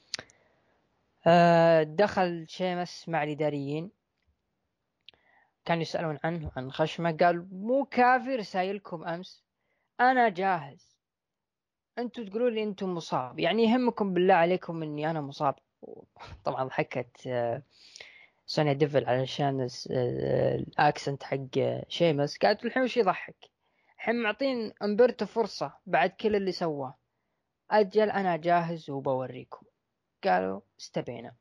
آه دخل شيمس مع الإداريين، كانوا يسألون عنه عن خشمه، قال مو كافي رسايلكم أمس، أنا جاهز. أنتوا تقولوا لي أنتم مصاب، يعني يهمكم بالله عليكم إني أنا مصاب. طبعا ضحكت آه سونيا ديفل علشان الس- آه، الاكسنت حق شيمس. قالت الحين وش يضحك، الحين معطين امبرتو فرصة بعد كل اللي سواه. اجل انا جاهز وبوريكم. قالوا استبينا.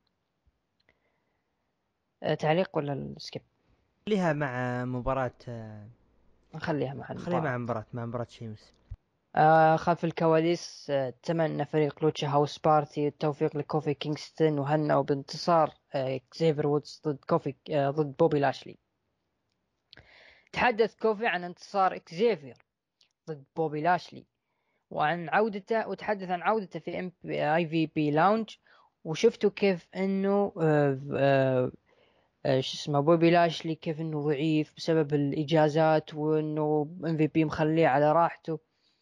أه تعليق ولا السكيب؟ خليها مع مباراة آه، نخليها مع خليها المباراة. مع مباراة مع مباراة شيمس. آه خلف الكواليس آه تمنى فريق لوتشا هاوس بارتي التوفيق لكوفي كينغستون وهنأوا بانتصار آه زيفر وودز ضد كوفي آه ضد بوبي لاشلي. تحدث كوفي عن انتصار اكزيفير ضد بوبي لاشلي وعن عودته، وتحدث عن عودته في ام اي في بي لاونج. وشفتوا كيف انه آه آه آه شو اسمه بوبي لاشلي كيف انه ضعيف بسبب الاجازات، وانه ام في بي مخليه على راحته.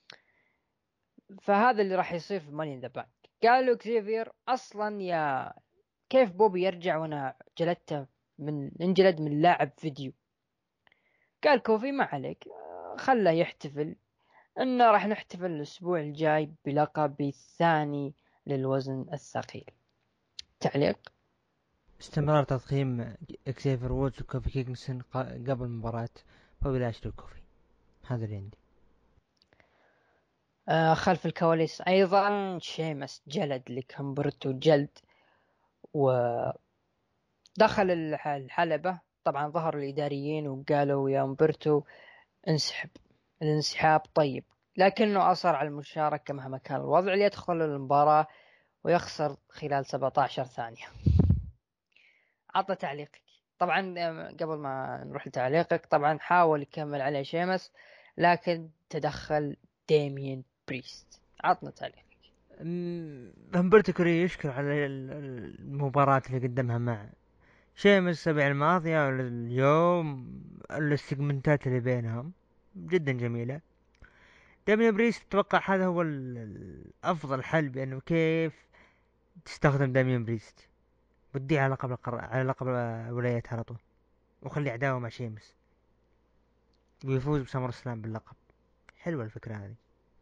فهذا اللي راح يصير في ماني ان ذا بانك. قالوا اكزيفير اصلا يا كيف بوبي يرجع وانا جلدته من انجلد من لاعب فيديو. قال كوفي ما عليك، آه، خله يحتفل، إنه راح نحتفل الأسبوع الجاي بلقبي الثاني للوزن الثقيل. تعليق؟ استمرار تضخيم اكسيفر وودز وكوفي كينغسون ق- قبل مباراة بوبي لاشلي وكوفي، هذا اللي عندي. آه خلف الكواليس أيضا شيمس جلد لكمبرتو جلد، ودخل الح- الحلبة. طبعا ظهر الإداريين وقالوا يا أمبرتو انسحب. الانسحاب طيب، لكنه أصر على المشاركة مهما كان الوضع ليدخل المباراة ويخسر خلال سبعة عشر ثانية. عطنا تعليقك. طبعا آه، قبل ما نروح لتعليقك، طبعا حاول يكمل عليه شيمس لكن تدخل ديميان بريست. عطنا تعليقك. أمم، همبرتو كوري يشكر على ال- ال- المباراة اللي قدمها مع شيء من الأسابيع الماضية ولا اليوم، السيجمنتات اللي بينهم جدا جميلة. دامين بريست اتوقع هذا هو ال- ال- افضل حل، بانه كيف تستخدم دامين بريست وديه على لقب القر... على لقب الولايات على طول، وخلي عداوة مع شيمس ويفوز بسمر سلام باللقب. حلوة الفكرة هذه.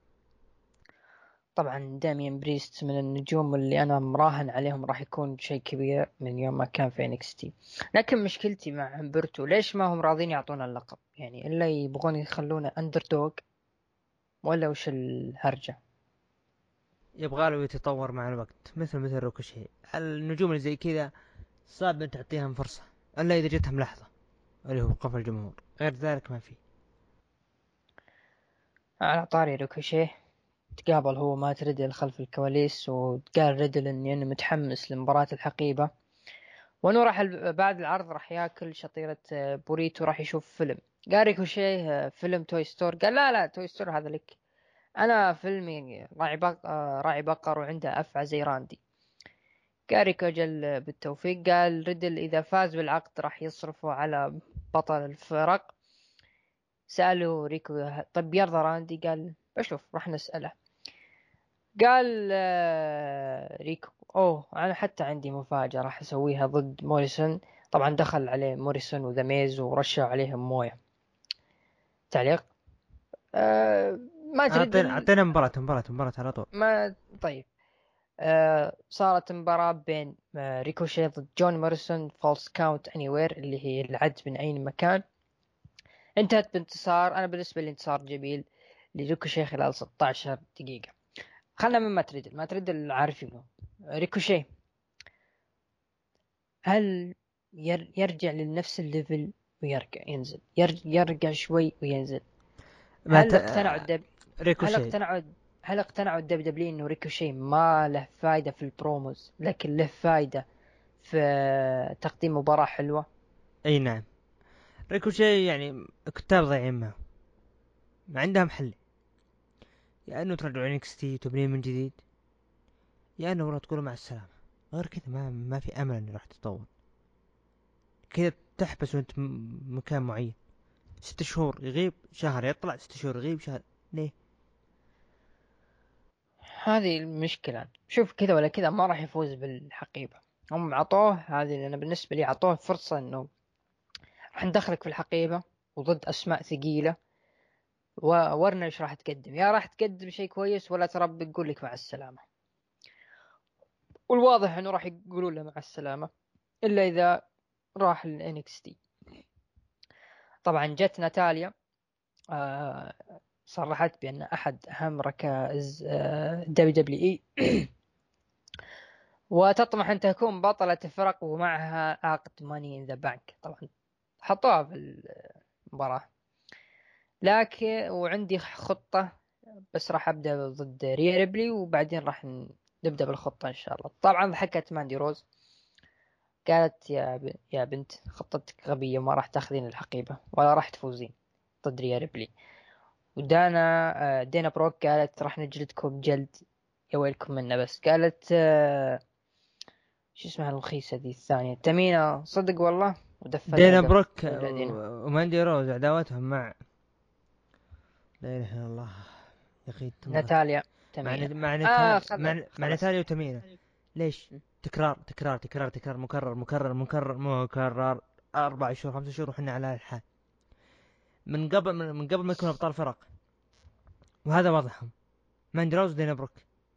طبعا داميان بريست من النجوم اللي انا مراهن عليهم راح يكون شيء كبير من يوم ما كان في انكس تي. لكن مشكلتي مع همبرتو ليش ما هم راضين يعطونا اللقب؟ يعني الا يبغون يخلونه اندر دوغ ولا وش الهرجة؟ يبغى له يتطور مع الوقت، مثل مثل روكوشي. النجوم اللي زي كذا صعب ان تعطيهم فرصة الا اذا جتهم لحظة اللي هو قفل الجمهور، غير ذلك ما في. على طاري روكوشيه، تقابل هو مات ريدل خلف الكواليس، وقال ريدل اني انا متحمس لمباراة الحقيبة، وانه راح ال- بعد العرض راح ياكل شطيرة آه، بوريتو، راح يشوف فيلم. قال ريكوشيه آه، فيلم توي ستور. قال لا لا، توي ستور هذا لك، انا فيلمي راعي بق... آه، راعي بقر وعنده افعى زي راندي. قال ريكو جل بالتوفيق. قال ريدل اذا فاز بالعقد راح يصرفه على بطل الفرق. سألوا ريكو طب يرضى راندي؟ قال بشوف راح نسأله. قال آه، ريكو اوه انا حتى عندي مفاجأة راح اسويها ضد موريسون. طبعا دخل عليه موريسون وذا ميز ورشوا عليهم موية. تعليق. آه ما تريد اعطينا ال... اعطينا مباراة مباراة مباراة على طول. ما طيب. آه صارت مباراة بين آه ريكوشي ضد جون موريسون، فولس كاونت اني وير اللي هي العد من اي مكان. انتهت بانتصار، انا بالنسبة لي انتصار جميل لريكوشي خلال ستة عشر دقيقة. خلنا من ما تريد ما تريد عارفينه. ريكوشي هل ير يرجع لنفس الليفل ويرجع ينزل، ير يرجع شوي وينزل؟ ما ت... هل اقتنعوا الدب هل ريكوشي. اقتنعوا هل اقتنعوا الدب دبليو انه ريكوشي ما له فايدة في البروموز لكن له فايدة في تقديم مباراة حلوة؟ اي نعم. ريكوشي يعني كتاب ضايعين معه، ما عندهم حل. يا انه ترجعوا انكس تي تبنيه من جديد، يا انه والله تقولوا مع السلامة. غير كذا ما ما في امل انه راح تتطور. كذا تحبس وانت م- مكان معين. ست شهور يغيب، شهر يطلع، ست شهور يغيب، شهر. ليه؟ هذه المشكلة. شوف كذا ولا كذا ما راح يفوز بالحقيبة. هم عطوه هذه اللي انا بالنسبة لي عطوه فرصة انه راح ندخلك في الحقيبة وضد اسماء ثقيلة، وورنا ايش راح تقدم. يا راح تقدم شيء كويس ولا ترى بيقول لك مع السلامة. والواضح انه راح يقولوا له مع السلامة الا اذا راح ل إن إكس تي. طبعا جت ناتاليا آه، صرحت بان احد اهم ركائز دبليو دبليو اي وتطمح ان تكون بطلة فرق ومعها عقد ماني ان ذا بانك. طبعا حطوها في المباراة. لكن وعندي خطة، بس راح ابدا ضد ريا ريبلي وبعدين راح نبدا بالخطة ان شاء الله. طبعا ضحكت ماندي روز، قالت يا ب... يا بنت خطتك غبية، ما راح تاخذين الحقيبة ولا راح تفوزين ضد ريا ريبلي. ودانا آه، دينا بروك قالت راح نجلدكم جلد يا ويلكم منا. بس قالت آه، شو اسمها الرخيصة ذي الثانية تمينة صدق والله، ودفتها دينا دف بروك أولى دينا. و- وماندي روز عداوتهم مع، لا اله الا الله يا اخي تمرت. ناتاليا مع تمينة. نت... مع آه نتال خلاص مع, مع خلاص. نتاليا وتمينة. ليش؟ تكرار تكرار تكرار تكرار، مكرر مكرر مكرر مكرر. اربع شهور خمسة شهور وحنا على الحال، من قبل من, من قبل ما يكون ابطال فرق. وهذا واضحهم. ماندي روز ودينا بروك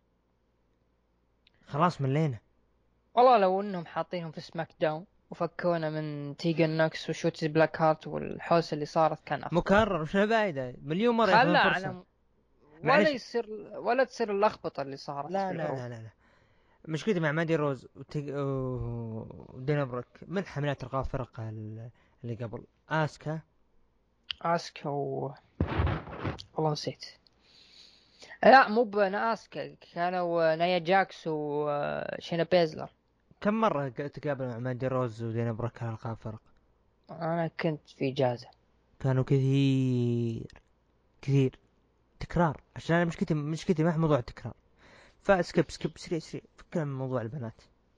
خلاص ملينا. والله لو انهم حاطينهم في سماك داون وفكونا من تيجن نوكس وشوتي بلاك هارت والحوسه اللي صارت كان افضل. مكرر وش فايدة؟ مليون مرة ياخذون خلى فرصة. على ولا معلش. يصير ولا تصير اللخبطه اللي صارت لا في لا العروض. لا لا, لا. مشكلتي مع مادي روز وتيج... ودينا بروك من حملات القاب فرق ال- اللي قبل اسكا. اسكا و... والله نسيت. لا مو بناس، ك- كانوا نايا جاكس وشينا بيزلر. كم مرة ق- تقابل مع ماندي روز ودينا بروك على ألقاب فرق؟ انا كنت في جازة. كانوا كثير كثير تكرار، عشان أنا مشكلتي مشكلتي مع موضوع التكرار. فاسكب سكيب سريع سريع فكنا من موضوع البنات.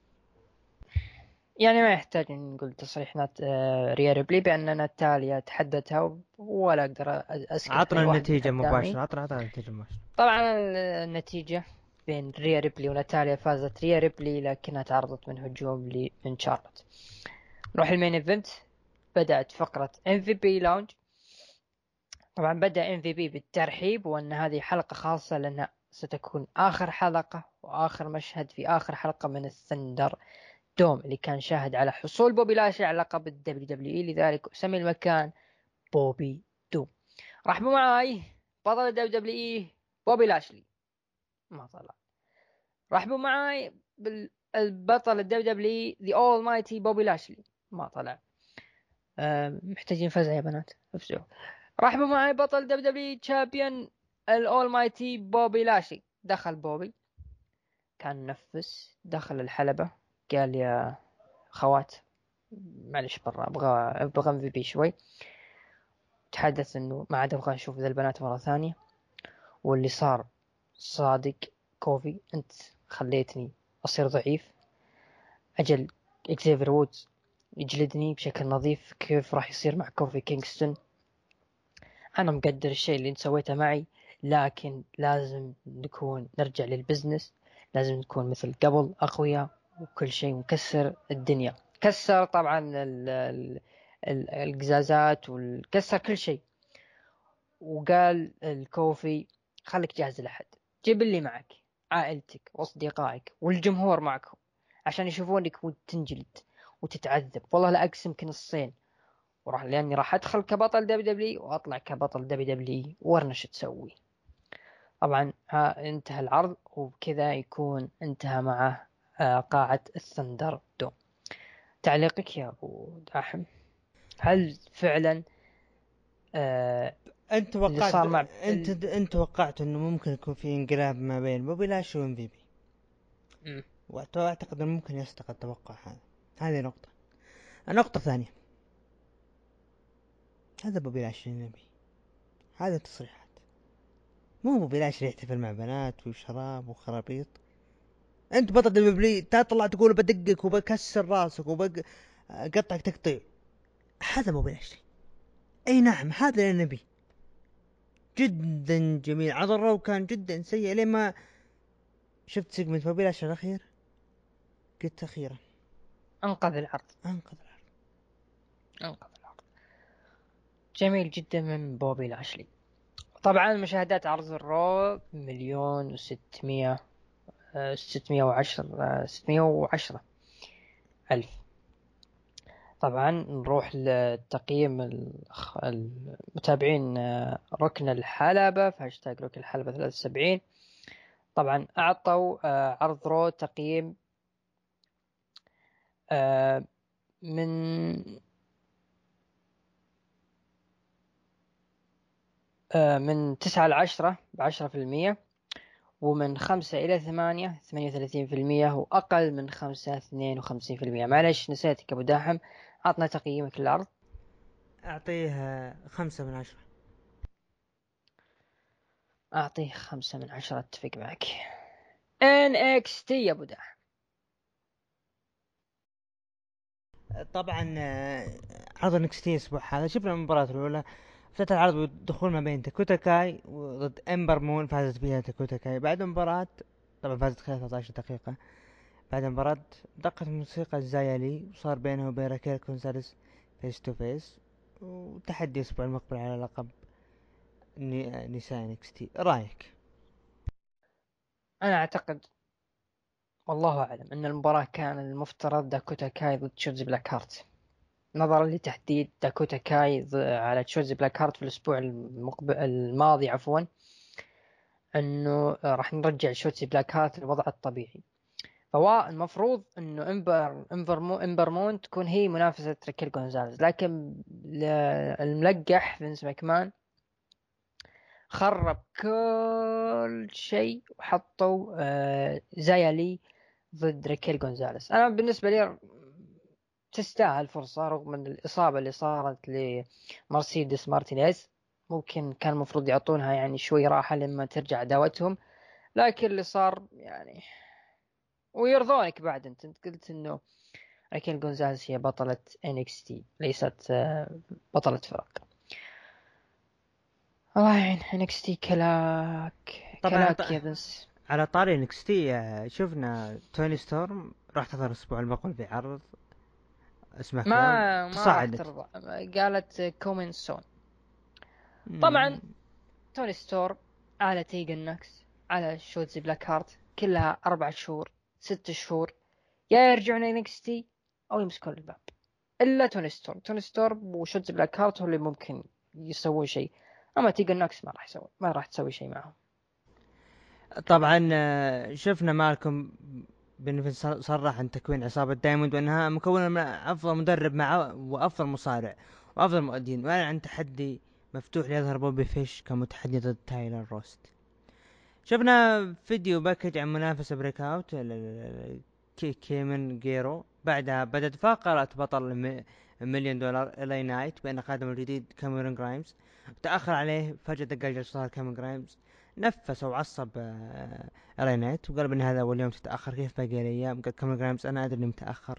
يعني ما يحتاج إن نقول تصريح نات آه، ريا ريبلي بأن ناتاليا تحدتها، ولا أقدر أ- أسكب عطنا أي واحد من النتيجة قدامي. مباشرة، عطنا عطنا النتيجة مباشرة. طبعا النتيجة بين ريا ريبلي وناتاليا، فازت ريا ريبلي لكنها تعرضت من هجوم ل- من شارلوت. نروح المين ايفنت. بدأت فقرة ام في بي لاونج. طبعا بدأ ام في بي بالترحيب، وأن هذه حلقة خاصة لأنها ستكون آخر حلقة وآخر مشهد في آخر حلقة من الثندر دوم، اللي كان شاهد على حصول بوبي لاشلي على لقب الدبليو دبليو اي، لذلك سمي المكان بوبي دوم. رحبوا معاي بطل الدبليو دبليو اي بوبي لاشلي، ما طلع. رحبوا معاي بالبطل الدبليو دبليو اي ذا اول مايتي بوبي لاشلي، ما طلع. أه محتاجين فزع يا بنات، افزعوا. رحبوا معاي بطل دبليو دبليو اي تشامبيون الاول مايتي بوبي لاشلي. دخل بوبي، كان نفس، دخل الحلبة، قال يا خوات معلش برا ابغى ابغى ام في بي شوي. تحدث انه ما عاد ابغى اشوف ذا البنات مرة ثانية، واللي صار صادق. كوفي انت خليتني اصير ضعيف، اجل اكزيفر وودز يجلدني بشكل نظيف، كيف راح يصير مع كوفي كينغستون؟ انا مقدر الشيء اللي انت سويته معي، لكن لازم نكون نرجع للبزنس، لازم نكون مثل قبل اقوياء وكل شيء، ونكسر الدنيا. كسر طبعا ال- ال- ال- القزازات، وكسر كل شيء. وقال الكوفي خليك جاهز لحد، جيب اللي معك، عائلتك واصدقائك والجمهور معكم، عشان يشوفونك وتنجلد وتتعذب. والله لا اقسمك نصين، وراح لاني راح ادخل كبطل دبليو دبليو واطلع كبطل دبليو دبليو، ورنا شو تسوي. طبعا ها انتهى العرض، وبكذا يكون انتهى معه آه، قاعة الثندر دوم. تعليقك يا ابو داحم؟ هل فعلا آه، انت اللي توقعت صار مع انت انت توقعت انه ممكن يكون في انقلاب ما بين بوبي لاش وام في بي، ال... واعتقد انه ممكن يصدق التوقع هذا. هذه نقطة. النقطة الثانية، هذا بوبي لاش النبي، هذا تصريحات، مو بوبي لاش يحتفل مع بنات وشراب وخرابيط. انت بطل دبليو، تطلع تقول بدقك وبكسر راسك وبقطعك تقطيع. هذا بوبي لاش. اي نعم هذا النبي جدا جميل. عرض الرو كان جدا سيء لين ما شفت سيجمنت بوبي لاش الاخير، قلت اخيرا انقذ العرض، انقذ العرض. انقذ العرض. جميل جدا من بوبي لاشلي. طبعا مشاهدات عرض الرو مليون وستمية، ستمية وعشرة، ستمية وعشرة ألف. طبعا نروح لتقييم الخ- المتابعين آه، ركن الحلبة في هاشتاج ركن الحلبة ثلاثة وسبعين. طبعا أعطوا آه، عرض رو تقييم آه، من آه، من تسعة لعشرة بعشرة في المية، ومن خمسة إلى ثمانية ثمانية وثلاثين في المية، وأقل من خمسة اثنين وخمسين في المية. معلش نسيتك أبو داحم، عطنا تقييمك للعرض. اعطيه خمسة من عشرة. أعطيه خمسة من عشرة، أتفق معك. إن إكس تي يا أبو داحم. طبعا آه، عرض نكستي الاسبوع هذا شفنا المباراة الاولى. افتتح العرض بالدخول ما بين تاكوتا كاي وضد امبر مون، فازت فيها تاكوتا كاي. بعد المباراة طبعا فازت خلال ثلاثة عشر دقيقة. بعد المباراة دقت موسيقى الزايلي وصار بينها وبين راكيل كونساليس فيس تو فيس، وتحدي الاسبوع المقبل على لقب ني- نساء نكستي. رايك؟ أنا أعتقد والله أعلم أن المباراة كان المفترض داكوتا كاي ضد تشوزي بلاك هارت، نظرا لتحديد داكوتا كاي ض- على تشوزي بلاك هارت في الأسبوع المقبل الماضي عفوا، أنه راح نرجع شوتسي بلاك هارت للوضع الطبيعي. فهو المفروض انه امبر امبر مو امبر مون تكون هي منافسة ريكيل جونزاليز، لكن ل- الملقح فينس ماكمان خرب كل شيء وحطوا آه زايا لي ضد ريكيل غونزاليس. انا بالنسبه لي تستاهل فرصه رغم من الاصابه اللي صارت لمرسيدس مارتينيز، ممكن كان المفروض يعطونها يعني شوي راحه لما ترجع عداوتهم، لكن اللي صار يعني ويرضونك بعد. انت أنت قلت انه ريكيل غونزاليس هي بطلة إن إكس تي ليست آه، بطلة فرق. الله يعين إن إكس تي كلاك طبعا ط... كلاك يا بنس. على طاري انكس تي، شفنا توني ستورم راح تظهر الاسبوع المقبل بعرض سماك داون ما ما راح تصاعدت. ترضى، قالت كومين سون. طبعا مم. توني ستور على تيجن ناكس على شوتزي بلاك هارت كلها أربع شهور ست شهور يا يرجعون إن إكس تي أو يمسكون الباب. إلا توني ستور توني ستور وشوتزي بلاك هارت هو اللي ممكن يسوون شيء، أما تيجن ناكس ما راح يسوي ما راح تسوي شيء معهم. طبعا آه، شفنا مالكم بن صرح عن تكوين عصابة دايموند وانها مكونة من افضل مدرب مع وافضل مصارع وافضل مؤدين، واعلن عن تحدي مفتوح ليظهر بوبي فيش كمتحدي ضد تايلر روست. شفنا فيديو باكج عن منافسة بريك اوت ل- ل- ل- كي كيمن جيرو. بعدها بدأت فقرة بطل الم- المليون دولار إلي نايت بأن قادم الجديد كاميرون جرايمز. تأخر عليه فجأة دق الجرس صار كاميرون جرايمز، نفس وعصب آه، إلي نايت وقال بأن هذا أول يوم تتأخر، كيف باقي الأيام؟ قال كاميرون جرايمز أنا أدري إني متأخر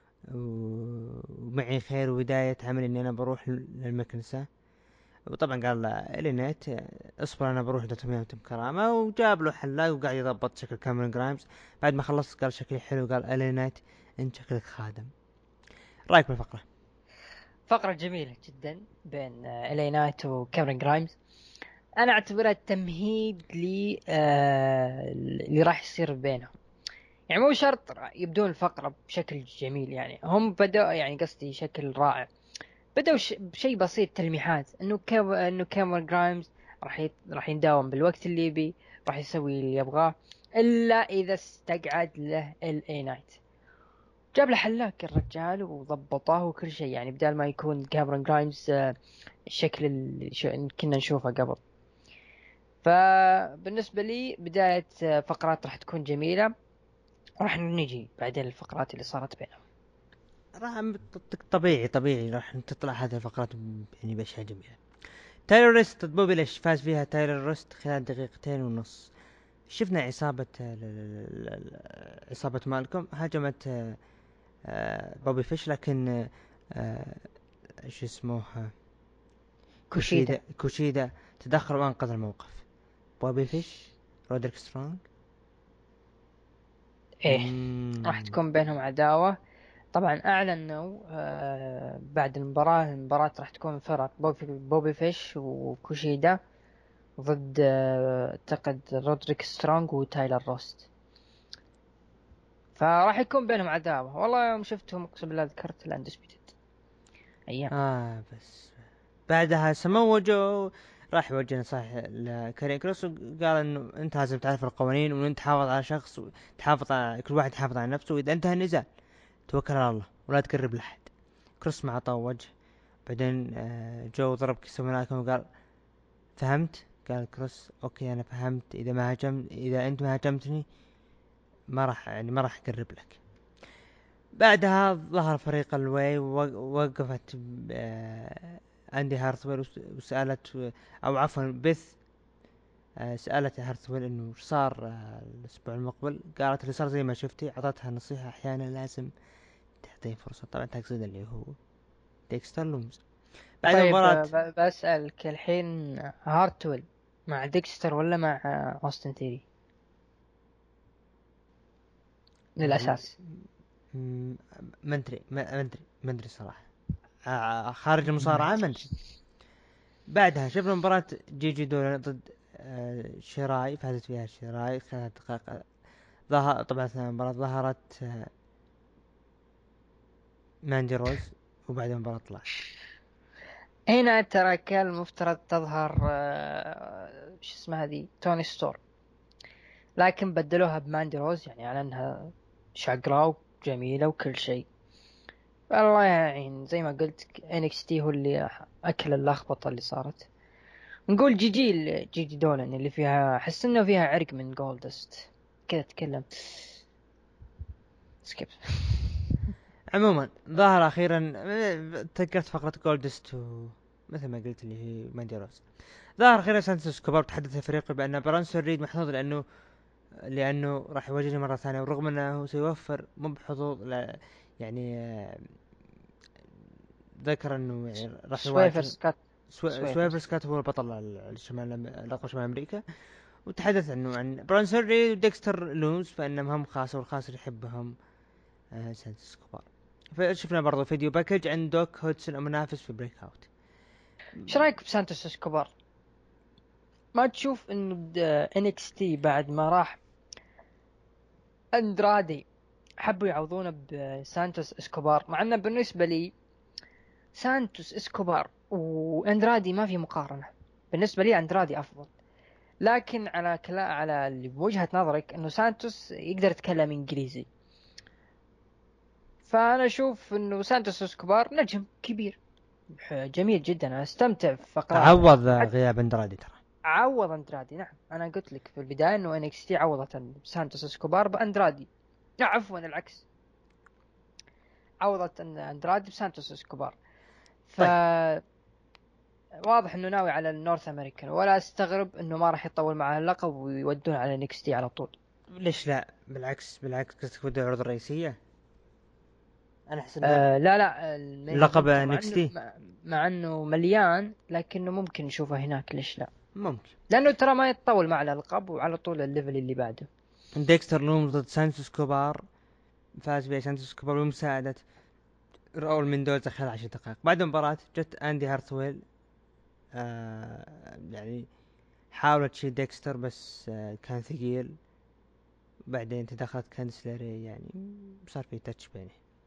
و- ومعي خير وبداية عمل إني أنا بروح للمكنسة. وطبعا قال الينيت اصبر انا بروح لتميمة بكرامة، وجاب له حلاق وقاعد يضبط شكل كاميرون جرايمز. بعد ما خلص قال شكلي حلو، قال الينيت انت شكلك خادم. رايك بالفقرة؟ فقرة جميلة جدا بين إلي نايت وكاميرون جرايمز. أنا أعتبرها تمهيد لي آه اللي راح يصير بينهم. يعني مو شرط يبدون الفقرة بشكل جميل، يعني هم بدأوا يعني قصدي شكل رائع. بدأوا ش... بشيء بسيط تلميحات إنه كاب... إنه كاميرون جرايمز راح ي... راح يداوم بالوقت اللي يبي، راح يسوي اللي يبغاه إلا إذا استقعد له الإي نايت. جاب له حلاك الرجال وضبطه وكل شيء، يعني بدال ما يكون كاميرون جرايمز آه، الشكل اللي شو... كنا نشوفه قبل. فبالنسبة لي بداية آه، فقرات راح تكون جميلة، وراح نجي بعدين الفقرات اللي صارت بينهم. راح طبيعي طبيعي راح تطلع هذه الفقرات ب- يعني بأشياء جميلة. تايلر ريست ضد بوبي ليش فاز فيها تايلر ريست خلال دقيقتين ونص. شفنا عصابة آه، ل- ل- ل- ل- عصابة مالكم هاجمت آه، آه، بوبي فيش، لكن آه، آه، ايش اسمه آه، كوشيدا. كوشيدا كوشيدا تدخل وانقذ الموقف. بوبي فيش رودريك سترونج. إيه راح مم. تكون بينهم عداوة. طبعا أعلنوا آه بعد المباراة المباراة راح تكون فرق بوبي, بوبي فيش وكوشيدا ضد آه، أعتقد رودريك سترونج وتايلر روست. فراح يكون بينهم عداوة. والله يوم شفتهم أقسم بالله ذكرت الأندسبيتد أيام. اه بس بعدها سمو جو راح يوجه نصائح لكارين كروس وقال انه انت لازم تعرف القوانين وان انت تحافظ على شخص تحافظ على كل واحد يحافظ على نفسه، واذا انتهى النزال توكل على الله ولا تقرب لحد. كروس ما عطاه وجه. بعدين آه، جو ضرب كيس ملاكم وقال فهمت؟ قال كروس اوكي انا فهمت، اذا ما هجمت اذا انت ما هجمتني ما راح يعني ما راح اقرب لك. بعدها ظهر فريق الواي ووقفت آه، اندي هارثويل وسألت، او عفوا بث آه، سألت هارثويل انه وش صار آه، الاسبوع المقبل. قالت اللي صار زي ما شفتي، اعطتها نصيحة احيانا لازم تعطيه فرصة، طبعا تقصد اللي هو ديكستر لومز. بعد طيب المباراة آه، ب- بسألك الحين، هارتويل مع ديكستر ولا مع آه، أوستن ثيري والله للأساس؟ م- ما ادري ما ادري ما ادري صراحة. آه، خارج ما المصارعة ما أدري. ادري. بعدها شفنا مباراة جي جي دولار ضد آه، شيراي، فازت فيها شيراي ثلاث دقائق. ظهر طبعا أثناء المباراة ظهرت آه، ماندي روز، وبعد المباراة طلعت. هنا ترى كان المفترض تظهر آه، شو اسمها هذه توني ستور، لكن بدلوها بماندي روز، يعني على انها شقراء وجميلة وكل شيء. الله يعين زي ما قلت إن إكس تي هو اللي اكل اللخبطة اللي صارت. نقول جي جي ال- جي جي دولان اللي فيها، احس انه فيها عرق من جولدست كذا تكلم. سكيب. عموما ظهر اخيرا، تذكرت فقرة جولدست مثل ما قلت اللي هي ماندي روز. ظهر اخيرا سانتوس اسكوبار، تحدث الفريق بان برانسون ريد محظوظ لانه لانه راح يواجهني مرة ثانية، ورغم انه سيوفر مو بحظوظ لا يعني آه، ذكر انه يعني راح سويفر يواجه سكات. سو- سويفر سويفر سكات، هو البطل الشمال الاقوى شمال امريكا. وتحدث انه عن برانسون ريد وديكستر لونز، فانهم هم خاصة والخاسر يحبهم آه سانتوس اسكوبار. فشفنا برضو فيديو باكج عن دوك هودسون المنافس في بريك اوت. ايش رايك بسانتوس اسكوبار؟ ما تشوف انه ان اكس تي بعد ما راح اندرادي حبوا يعوضونه بسانتوس اسكوبار، مع انه بالنسبه لي سانتوس اسكوبار واندرادي ما في مقارنه. بالنسبه لي اندرادي افضل، لكن على كلا على اللي بوجهة نظرك انه سانتوس يقدر يتكلم انجليزي، فانا اشوف انه سانتوس اسكوبار نجم كبير جميل جدا، انا استمتع في فقراته. عوض حتى غياب اندرادي ترى. عوض اندرادي، نعم انا قلت لك في البدايه انه ان اكس تي عوضت سانتوس اسكوبار باندرادي، لا عفوا العكس، عوضت أن- اندرادي بسانتوس اسكوبار. ف طيب واضح انه ناوي على النورث امريكان، ولا استغرب انه ما راح يطول معاه اللقب ويودون على ان اكس تي على طول. ليش لا؟ بالعكس بالعكس، قصدك بدي العروض الرئيسية. انا احس انه آه لا لا المين لقب ايفنت مع انه نكستي مع, مع انه مليان، لكنه ممكن نشوفه هناك، ليش لا؟ ممكن. لانه ترى ما يتطول مع الالقاب وعلى طول الليفل اللي بعده. ديكستر لومز ضد سانتوس كوبار، فاز بيه سانتوس كوبار بمساعدة راول ميندوزا خلال عشر دقائق. بعد المباراة جت اندي هارثويل، آه يعني حاولت تشيل ديكستر بس آه كان ثقيل. بعدين تدخلت كانسلري، يعني صار في تاتش بينه.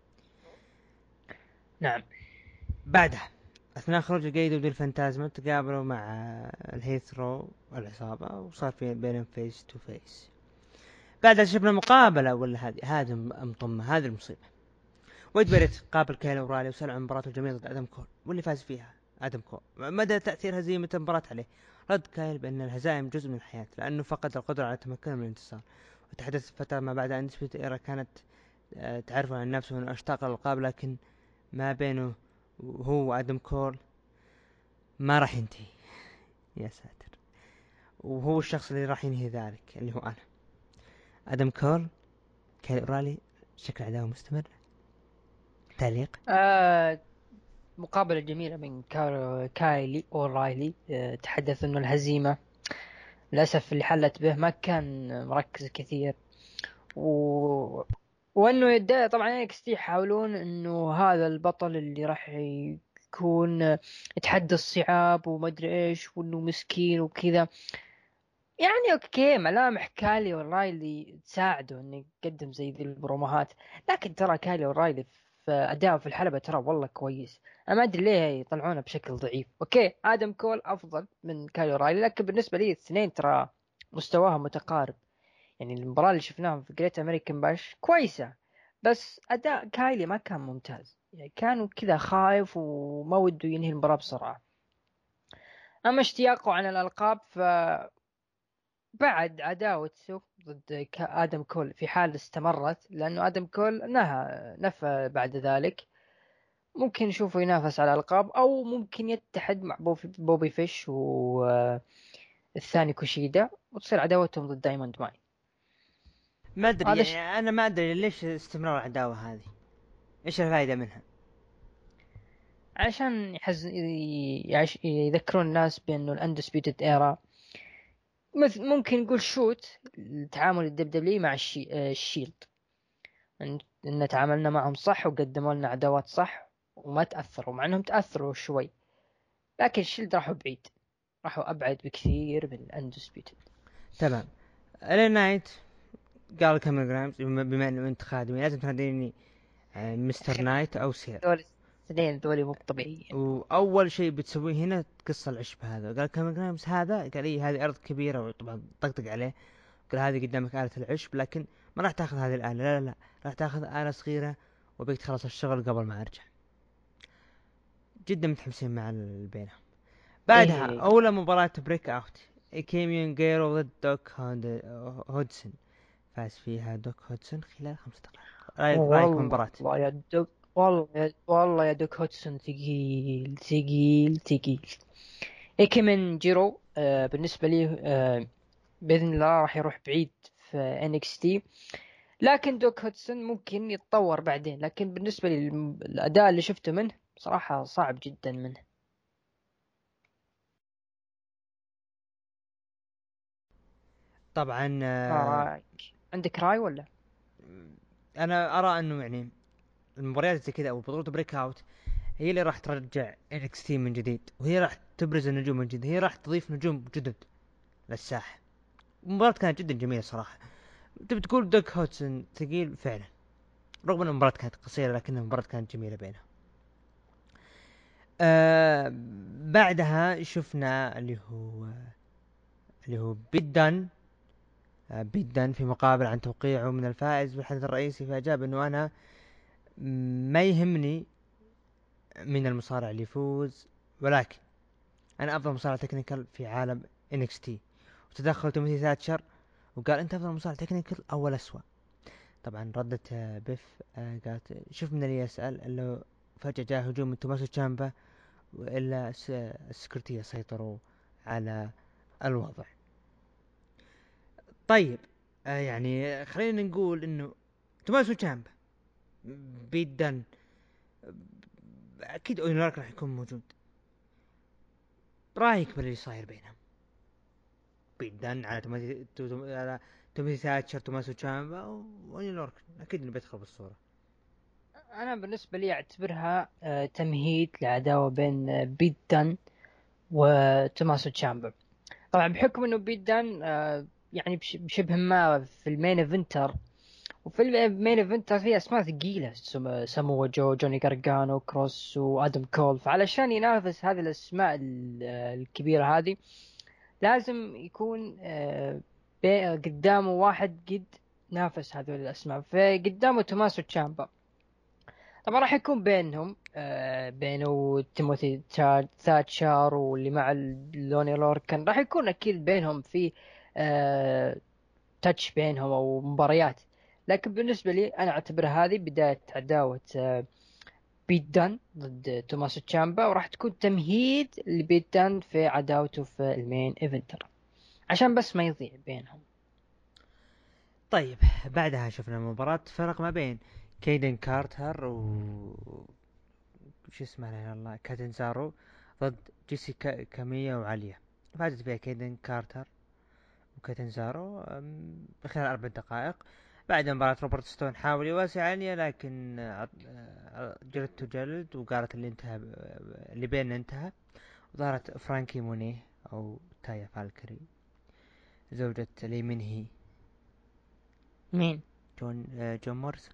نعم. بعدها اثناء خروج الجيد ودي الفانتازما تقابلوا مع الهيثرو والعصابة، وصار في بينهم فيس تو فيس. بعدها شفنا مقابلة، ولا هذه هذه مطمة، هذه المصيبة. ويد بيريت قابل كايل اورالي وسأل عن مباراته الجميلة ضد ادم كول، واللي فاز فيها ادم كول. مدى تأثير هزيمة المباراة عليه؟ رد كايل بأن الهزائم جزء من الحياة، لأنه فقد القدرة على التمكن من الانتصار. وتحدث فترة ما بعد أن ديسبيوت إيرا كانت آه، تعرف عن نفسه أنه اشتاق للألقاب، لكن ما بينه هو وادم كول ما راح ينتهي. يا ساتر. وهو الشخص اللي راح ينهي ذلك اللي هو أنا. ادم كول كايل اورالي، شكل عداوة مستمر. تعليق. آه مقابلة جميلة من كار... كايلي اورايلي. آه تحدث انه الهزيمة للاسف اللي حلت به ما كان مركز كثير، و... وانه يدعي طبعا اكس تي يحاولون انه هذا البطل اللي راح يكون يتحدى الصعاب وما ادري ايش، وانه مسكين وكذا. يعني اوكي ملامح كالي ورايلي تساعده انه يقدم زي ذي البروموهات، لكن ترى كالي ورايلي في اداءه في الحلبة ترى والله كويس. انا ما ادري ليه يطلعونه بشكل ضعيف. اوكي ادم كول افضل من كالي ورايلي، لكن بالنسبة لي الاثنين ترى مستواهم متقارب. يعني المباراة اللي شفناها في جريت أمريكان باش كويسة، بس أداء كايلي ما كان ممتاز، يعني كان كذا خايف وما وده ينهي المباراة بسرعة. أما اشتياقه عن الألقاب فبعد عداوته ضد آدم كول في حال استمرت، لأنه آدم كول نهى نفى بعد ذلك، ممكن نشوفه ينافس على الألقاب، أو ممكن يتحد مع بوبي, بوبي فيش والثاني كوشيدا وتصير عداوتهم ضد دايموند ماين. ما ادري هذا ش... يعني، انا ما ادري ليش استمرار العداوة هذه، ايش الفائدة منها؟ عشان يحز... يعش... يذكرون الناس بأنه الأندسبيوتد إيرا مثل ممكن نقول شوت تعامل الدب دبليو مع الشي... آه، الشيلد، إن... إن تعاملنا معهم صح وقدموا لنا عداوات صح وما تأثروا، مع أنهم تأثروا شوي، لكن الشيلد راحوا بعيد، راحوا أبعد بكثير من الأندسبيوتد. تمام. الين نايت قال كاميرون جرامز بما انه انت خادمي لازم تناديني آه، مستر أخي نايت او سير. ذول الاثنين ذولي مو طبيعيين. واول شيء بتسويه هنا تقص العشب هذا. قال كاميرون جرامز هذا، قال ايه هذه ارض كبيره، وطبعا طقطق عليه. قال هذه قدامك آلة العشب، لكن ما راح تاخذ هذه الآلة، لا لا لا، راح تاخذ آلة صغيرة وبيك تخلص الشغل قبل ما ارجع. جدا متحمسين مع البينة. بعدها إيه اولى مباراة بريك اوت كيميون جيرو ضد دوك هود- هودسون، فاز فيها دوك هودسون خلال خمس دقائق. رايك رايك بالمباراة؟ والله يا دوك، والله يا والله يا دوك هودسون ثقيل ثقيل ثقيل. إيكي من جيرو آه بالنسبة لي آه بإذن الله راح يروح بعيد في إن إكس تي، لكن دوك هودسون ممكن يتطور بعدين، لكن بالنسبة لي الم- الأداء اللي شفته منه صراحة صعب جدا منه. طبعا ما آه، رأيك؟ عندك رأي ولا؟ انا ارى انه يعني المباريات زي كذا او بطولة بريك اوت هي اللي راح ترجع انكس تي من جديد، وهي راح تبرز النجوم من جديد، هي راح تضيف نجوم جدد للساحة. المباراة كانت جدا جميلة صراحة. تبي تقول دوك هودسون ثقيل فعلا، رغم ان المباراة كانت قصيرة لكن المباراة كانت جميلة بينها. آه بعدها شفنا اللي هو اللي هو بيدن آه بيدن في مقابل عن توقيعه من الفائز بالحدث الرئيسي، فأجاب انه انا ما يهمني من المصارع اللي يفوز، ولكن انا افضل مصارع تكنيكال في عالم انكس تي. وتدخل توماس ثاتشر وقال انت افضل مصارع تكنيكال او الاسوأ. طبعا ردت آه، بيف آه، قالت شوف من اللي يسأل انه فجأة جاء هجوم من توماسو تشامبا والا س- السكرتية سيطروا على الوضع. طيب آه يعني خلينا نقول انه توماسو تشامبا بيدن اكيد اونيلارك راح يكون موجود. رايك باللي صاير بينهم؟ بيدن على توماسي تو- على توماسي ثاتشر، توماسو تشامبا واونيلارك اكيد انه بيدخل بالصورة. أنا بالنسبة لي أعتبرها آه تمهيد لعداوة بين آه بيت دان وتوماسو تشامبر. طبعا بحكم انه بيت دان آه يعني بش- بشبه ما في المين ايفنتر، وفي المين ايفنتر في اسماء ثقيله، سم- سامو جو، جوني غارغانو، كروس، وادم كول. فعلشان ينافس هذه الاسماء ال- آه، الكبيره هذه لازم يكون آه بي- قدامه واحد قد نافس هذول الاسماء، فقدامه توماسو تشامبا. طبعا راح يكون بينهم آه بينه وتيموثي تشا- تاتشر واللي مع لوني لوركن، راح يكون اكيد بينهم في آه تاتش بينهم او مباريات. لكن بالنسبه لي انا اعتبر هذه بدايه عداوه آه بيت دان ضد توماسو تشامبا، وراح تكون تمهيد لبيت دان في عداوته في المين ايفنتر، عشان بس ما يضيع بينهم. طيب بعدها شفنا مباراة فرق ما بين كيدن كارتر و وش اسمه لا الله كاتنزارو ضد جيسيكا كامية وعالية. فازت فيها كيدن كارتر وكاتنزارو أم، خلال أربع دقائق. بعد مباراة روبرت ستون حاول يواسي عالية لكن آه، آه، جلدته جلد وقالت اللي انتهى اللي بيننا انتهى. وظهرت فرانكي مونيه أو تايا فالكري زوجة لي منهي مين؟ جون آه، جون مورس.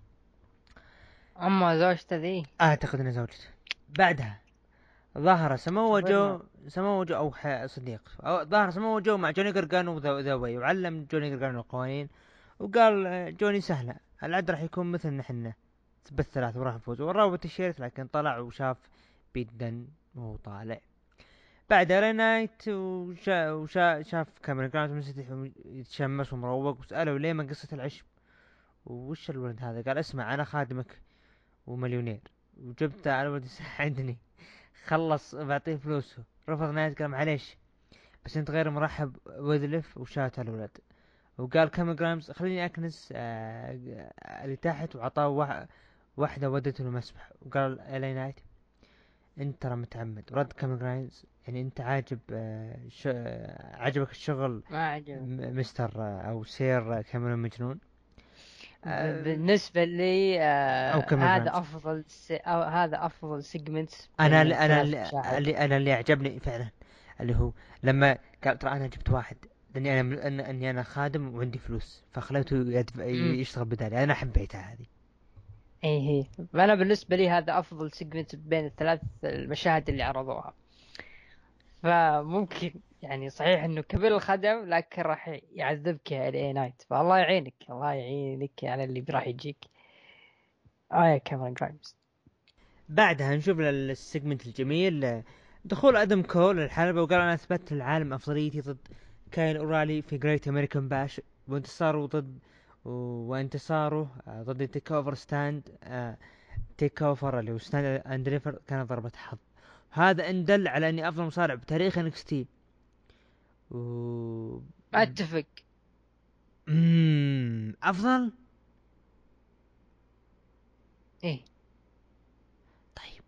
اما زوجته ذي اعتقد انها زوجته. بعدها ظهر سمو خبرنا. جو سمو جو او ح- صديق أو ظهر سمو جو مع جوني قرقانو وذوي وعلم جوني قرقانو القوانين. وقال آه، جوني سهلة العد راح يكون مثلنا حنا بالثلاث وراح نفوز. وراو التيشيرت لكن طلع وشاف بيدن وهو طالع. بعد ري نايت وشا وشا شاف كاميرون جراند منستح يتشمس ومروق وسأله ليه ما قصة العشب وش الولد هذا. قال اسمع انا خادمك ومليونير وجبته على ولد يساعدني خلص بعطيه فلوسه. رفض نايت قال معليش بس انت غير مرحب وذلف وشات على الولد. وقال كام جرامز خليني اكنس آه اللي تحت وعطاه وح واحدة ودته المسبح. وقال الي نايت انت ترى متعمد. ورد كام جرامز يعني انت عاجب آه ش... آه، عجبك الشغل ما عجب. م- مستر آه او سير كاميرون مجنون ب- آه بالنسبة لي او آه كام هذا جرامز. أفضل س... أو هذا أفضل سيجمنت انا بين اللي انا الثلاث اللي, مشاهد. اللي انا اللي عجبني فعلا اللي هو لما قال ترى انا جبت واحد لاني انا أن اني انا خادم وعندي فلوس فخليته يدف... امم يشتغل بدالي. انا حبيتها هذه. إيه هي. فأنا بالنسبة لي هذا أفضل سيجمنت بين الثلاث المشاهد اللي عرضوها. فممكن يعني صحيح إنه كبير الخدم، لكن راح يعذبك يا إلي نايت، فالله يعينك، الله يعينك على اللي راح يجيك. آه يا كاميرون جرايمز. بعدها نشوف السيجمنت الجميل دخول ادم كول الحلبة وقال انا اثبتت للعالم افضليتي ضد كاين اورالي في جريت امريكان باش، وانتصاره ضد وانتصاره آه، ضد التيك اوفر ستاند آه، تيك اوفر اللي هو ستاند اند ديليفر كانت ضربة حظ. هذا ان دل على اني افضل مصارع بتاريخ انكس تي. و اتفق. امم افضل. ايه. طيب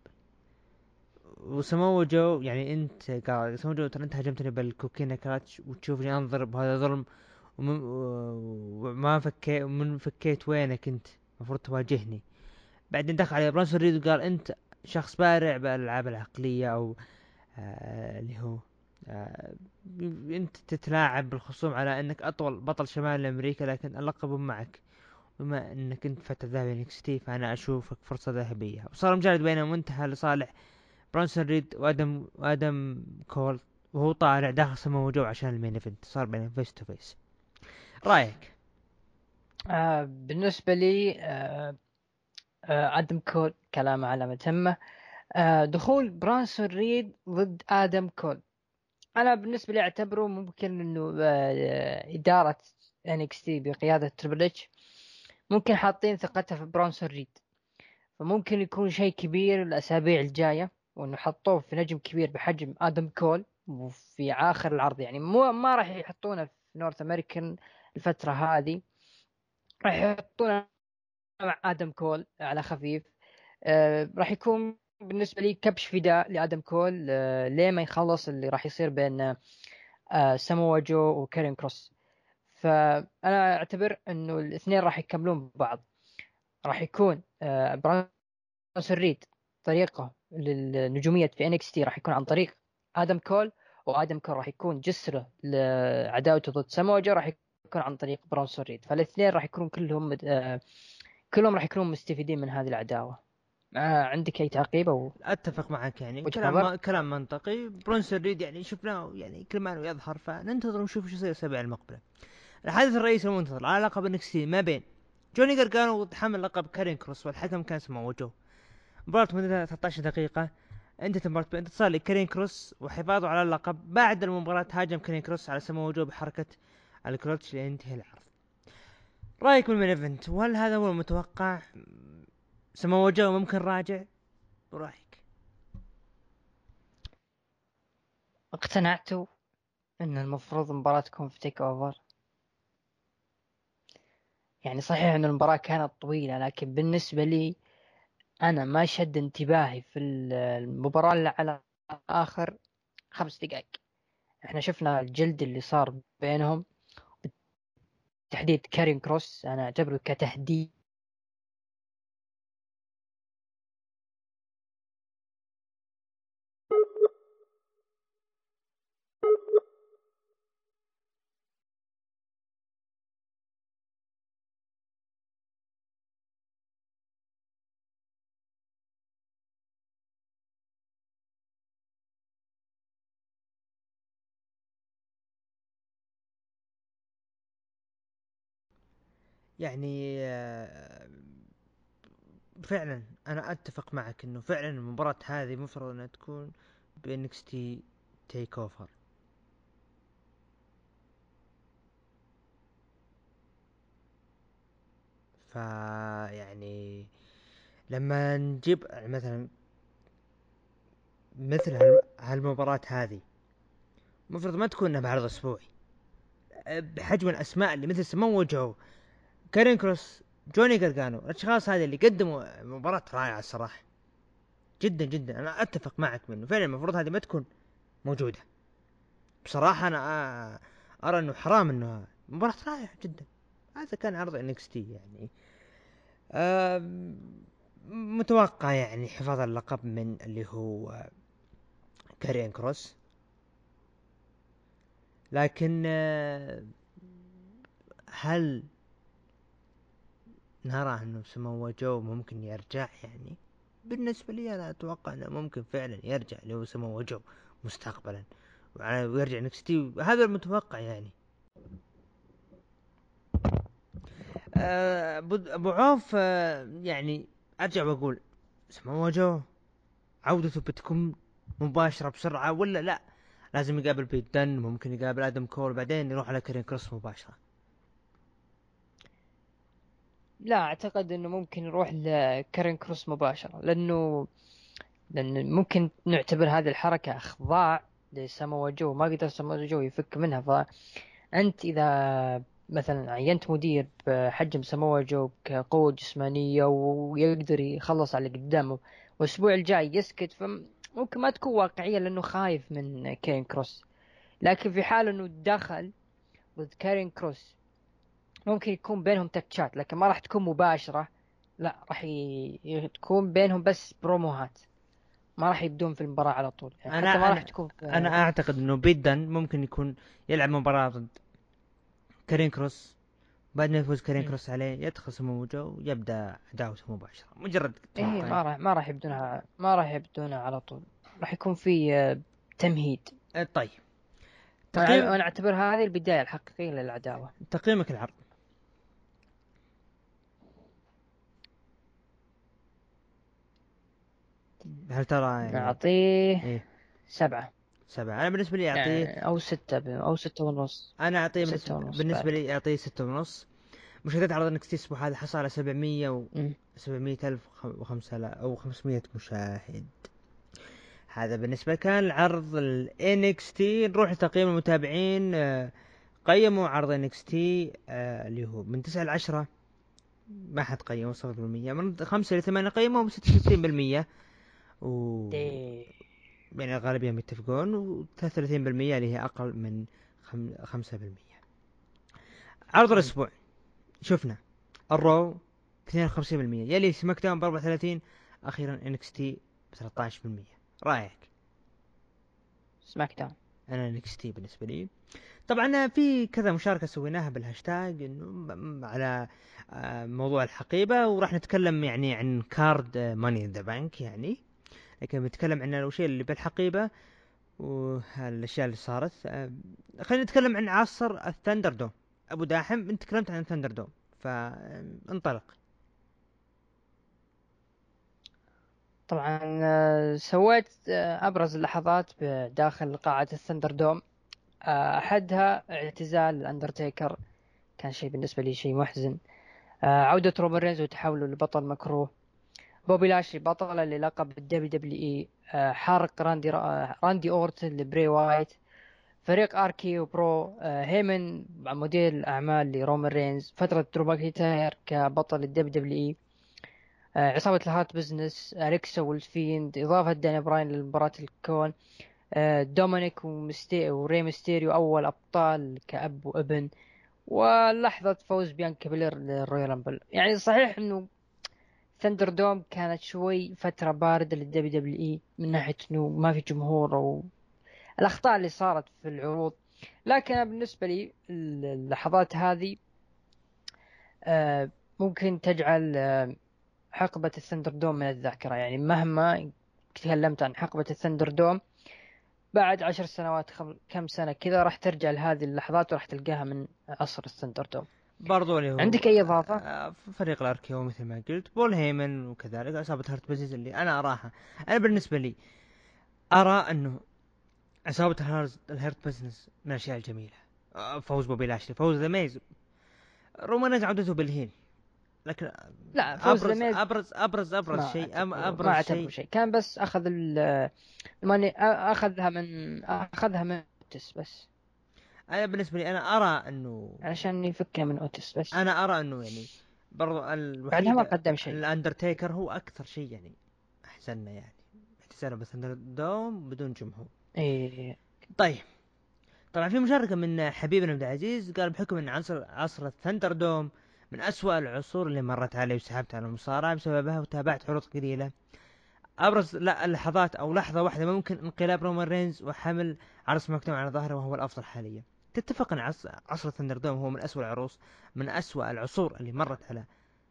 وسمو جو يعني انت قال سمو جو ترى انت هاجمتني بالكوكينا كاتش وتشوفني انظر بهذا ظلم ومن- وما فكيت ومن فكيت وينك انت المفروض تواجهني. بعدين دخل علي برانسون ريد وقال انت شخص بارع بالالعاب العقليه او آه اللي هو آه انت تتلاعب بالخصوم على انك اطول بطل شمال امريكا لكن اللقب معك. بما انك انت فتى ذهبي انكس تي فانا اشوفك فرصه ذهبيه. وصار مجرد بينهم منتهى لصالح برانسون ريد وادم وادم كول وهو طالع داخل سمو جو عشان المين ايفنت صار بينهم فيس تو فيس. رايك؟ آه بالنسبة لي آه آه ادم كول كلامه علامة تمه. آه دخول برانسون ريد ضد ادم كول، انا بالنسبة لي اعتبره ممكن انه آه ادارة ان اكس تي بقيادة تريبل اتش ممكن حاطين ثقتها في برانسون ريد، فممكن يكون شيء كبير الاسابيع الجاية، وانه حطوه في نجم كبير بحجم ادم كول وفي اخر العرض. يعني مو ما راح يحطونه في نورث امريكان الفترة هذه، راح يحطونه مع ادم كول على خفيف. آه راح يكون بالنسبة لي كبش فداء لادم كول آه ليه ما يخلص اللي راح يصير بين آه ساموا جو وكارين كروس. فانا اعتبر انه الاثنين راح يكملون بعض. راح يكون آه برانسون ريد طريقه للنجوميه في انكس تي راح يكون عن طريق ادم كول، وادم كول راح يكون جسره لعداوته ضد ساموا جو راح يكون عن طريق برانسون ريد. فالاثنين راح يكونون كلهم آه كلهم راح يكونون مستفيدين من هذه العداوه. آه عندك اي تعقيب او اتفق معك يعني وجهه كلام نظر؟ ما كلام منطقي. برونسون ريد يعني شفناه يعني كل ما انه يظهر فننتظر ونشوف ايش يصير الاسابيع المقبله. الحدث الرئيسي المنتظر على لقب انكستي ما بين جوني جرجانو ضد حامل لقب كارين كروس والحكم كان اسمه جو. مباراة مدتها ثلاثة عشر دقيقة. انتهت المباراة بانتصار لكارين كروس وحفاظه على اللقب. بعد المباراة هاجم كارين كروس على سمو جو بحركة الكروتش لينتهي العرض. رايك بالمين ايفنت؟ وهل هذا هو المتوقع؟ سمو جو ممكن راجع؟ ورايك؟ اقتنعتوا ان المفروض المباراه تكون في تيك اوفر. يعني صحيح ان المباراه كانت طويله، لكن بالنسبه لي أنا ما شد انتباهي في المباراة إلا على آخر خمس دقائق. إحنا شفنا الجلد اللي صار بينهم، تحديد كارين كروس أنا أعتبره كتهديد يعني آه، فعلا انا اتفق معك انه فعلا المباراة هذه مفروض انها تكون بانكس تي تيك اوفر. ف يعني لما نجيب مثلا مثل هال- هالمباراة هذه مفروض ما تكون انها بعرض اسبوعي بحجم الاسماء اللي مثل سمو جو كارين كروس جوني جرجانو. الاشخاص هذه اللي قدموا مباراة رائعة الصراحة جدا جدا. انا اتفق معك منه فعلا المفروض هذه ما تكون موجودة. بصراحة انا آه، ارى انه حرام انه مباراة رائعة جدا. هذا كان عرض انكس تي يعني آم، متوقع يعني حفاظ اللقب من اللي هو كارين كروس. لكن آه، هل نرى انه سمو جو ممكن يرجع؟ يعني بالنسبة لي انا اتوقع انه ممكن فعلا يرجع اللي هو سمو جو مستقبلا ويرجع نكستي. هذا المتوقع يعني. آه، ابو عوف آه، يعني ارجع واقول سمو جو عودته بتكون مباشرة بسرعة، ولا لا لازم يقابل بيت دن، ممكن يقابل ادم كول بعدين يروح على كارين كروس مباشرة؟ لا اعتقد انه ممكن يروح لكارين كروس مباشرة، لانه لان ممكن نعتبر هذه الحركة اخضاع لسامو جو، ما قدر سامو جو يفك منها. فانت اذا مثلا عينت مدير بحجم سامو جو كقوة جسمانية ويقدر يخلص على اللي قدامه، والاسبوع الجاي يسكت، فممكن ما تكون واقعية لانه خايف من كارين كروس. لكن في حال انه دخل ضد كارين كروس ممكن يكون بينهم تاتشات، لكن ما راح تكون مباشرة. لا راح ي... تكون بينهم بس بروموهات، ما راح يبدون في المباراة على طول يعني، انا حتى ما راح انا تكون انا في... اعتقد انه بيت دن ممكن يكون يلعب مباراة ضد كارين كروس، بعد ما يفوز كارين مم. كروس عليه يدخل سمو جو ويبدا عداوته مباشرة. مجرد ايه توقعي. ما راح ما راح يبدونها ما راح يبدونها على طول، راح يكون في آه، تمهيد. أه، طيب. وانا تقييم وأنا اعتبرها هذه البداية الحقيقية للعداوة. تقييمك العرض. هل ترى يعني؟ نعطيه ايه. سبعة. سبعة. انا بالنسبة لي اعطيه، يعني او ستة ب... او ستة ونص. انا اعطيه ستة بالنسبة, ونص بعد. بالنسبة لي اعطيه ستة ونص. مشاهدات عرض انك الاسبوع هذا حصل على سبعمية و مم. سبعمية الف وخمسة او خمسمية مشاهد. هذا بالنسبة كان العرض ال إن إكس تي. نروح لتقييم المتابعين. آه، قيموا عرض إن إكس تي آه، اللي هو من تسعة لعشرة ما حد قيمه صفر بالمية، من خمسة لثمانية قيموا ستة وستين بالمية، دي. و يعني الغالبية متفقون، و ثلاثة وثلاثين بالمية اللي هي أقل من خمسة بالمية. عرض مم. الأسبوع شفنا الرو اثنين وخمسين بالمية، يلي سماك داون ب أربعة وثلاثين، أخيرا إن إكس تي ب ثلاثة عشر بالمية. رأيك؟ سماك داون. أنا إن إكس تي بالنسبة لي. طبعا في كذا مشاركة سويناها بالهاشتاج انه م- على آه، موضوع الحقيبة، وراح نتكلم يعني عن كارد ماني ذا بانك يعني، لكن بنتكلم عن الاشياء اللي بالحقيبة والاشياء اللي صارت. آه، خلينا نتكلم عن عصر الثندر دوم. ابو داحم انت تكلمت عن الثندر دوم، فانطلق. طبعا آه، سويت آه، أبرز اللحظات داخل قاعة الثندر دوم. آه، أحدها اعتزال الأندرتيكر، كان شيء بالنسبة لي شيء محزن. آه، عودة رومان رينز وتحوله لبطل مكروه. بوبي لاشلي بطل للقب الدبليو دبليو إي. آه، حارق راندي را... راندي أورتن لبري وايت. فريق اركي وبرو. آه، هيمن مدير الأعمال لرومان رينز. فترة درو ماكنتاير كبطل الدبليو دبليو إي. آه، عصابة الهارت بزنس. أليكسا والفيند. إضافة داني براين لمباراة الكون. آه، دومينيك ومستي وري ميستيريو أول أبطال كأب وابن. ولحظة فوز بيانكا بيلير للرويال رامبل. يعني صحيح إنه ثندر دوم كانت شوي فترة باردة للدبليو دبليو إي من ناحية إنه ما في جمهور أو الأخطاء اللي صارت في العروض. لكن أنا بالنسبة لي اللحظات هذه آه، ممكن تجعل آه، حقبة الثندر دوم من الذاكرة. يعني مهما تكلمت عن حقبة الثندر دوم بعد عشر سنوات خم... كم سنة كذا راح ترجع لهذه اللحظات وراح تلقاها من عصر الثندر دوم. برضو اللي هو عندك أي إضافة؟ آه، فريق الاركيو مثل ما قلت، بول هيمن، وكذلك عصابة هارت بيزنس اللي انا اراها. انا بالنسبة لي ارى انه عصابة الهارز الهيرت بزنس من الأشياء الجميلة. آه، فوز بوبي لاشلي، فوز ذا ميز، رومان رينز عودته بالهيل. لكن لا فوز أبرز ذا أبرز أبرز أبرز ما شيء أم اعتبره ما أبرز اعتبره شيء. شيء، كان بس اخذ ال- الماني اخذها من اخذها من اوتس بس أنا بالنسبة لي أنا أرى أنه علشان يفكها من اوتس بس. أنا أرى أنه يعني برضو بعدها ما الوحيد قدم شيء. الأندرتيكر هو أكثر شيء يعني أحزننا يعني، احتساله بس دوم بدون جمهور. ايه. طيب. طبعا في مشاركة من حبيبنا عبد العزيز، قال بحكم أن عصر عصر الثندر دوم من أسوأ العصور اللي مرت علي، وسحبت على المصارعة بسببها وتابعت عروض قليلة. ابرز لا اللحظات او لحظه واحده ممكن انقلاب رومان رينز وحمل عرض سماك داون على ظهره وهو الافضل حاليا. تتفق ان عصر, عصر الثندر دوم هو من اسوء العروس من اسوء العصور اللي مرت على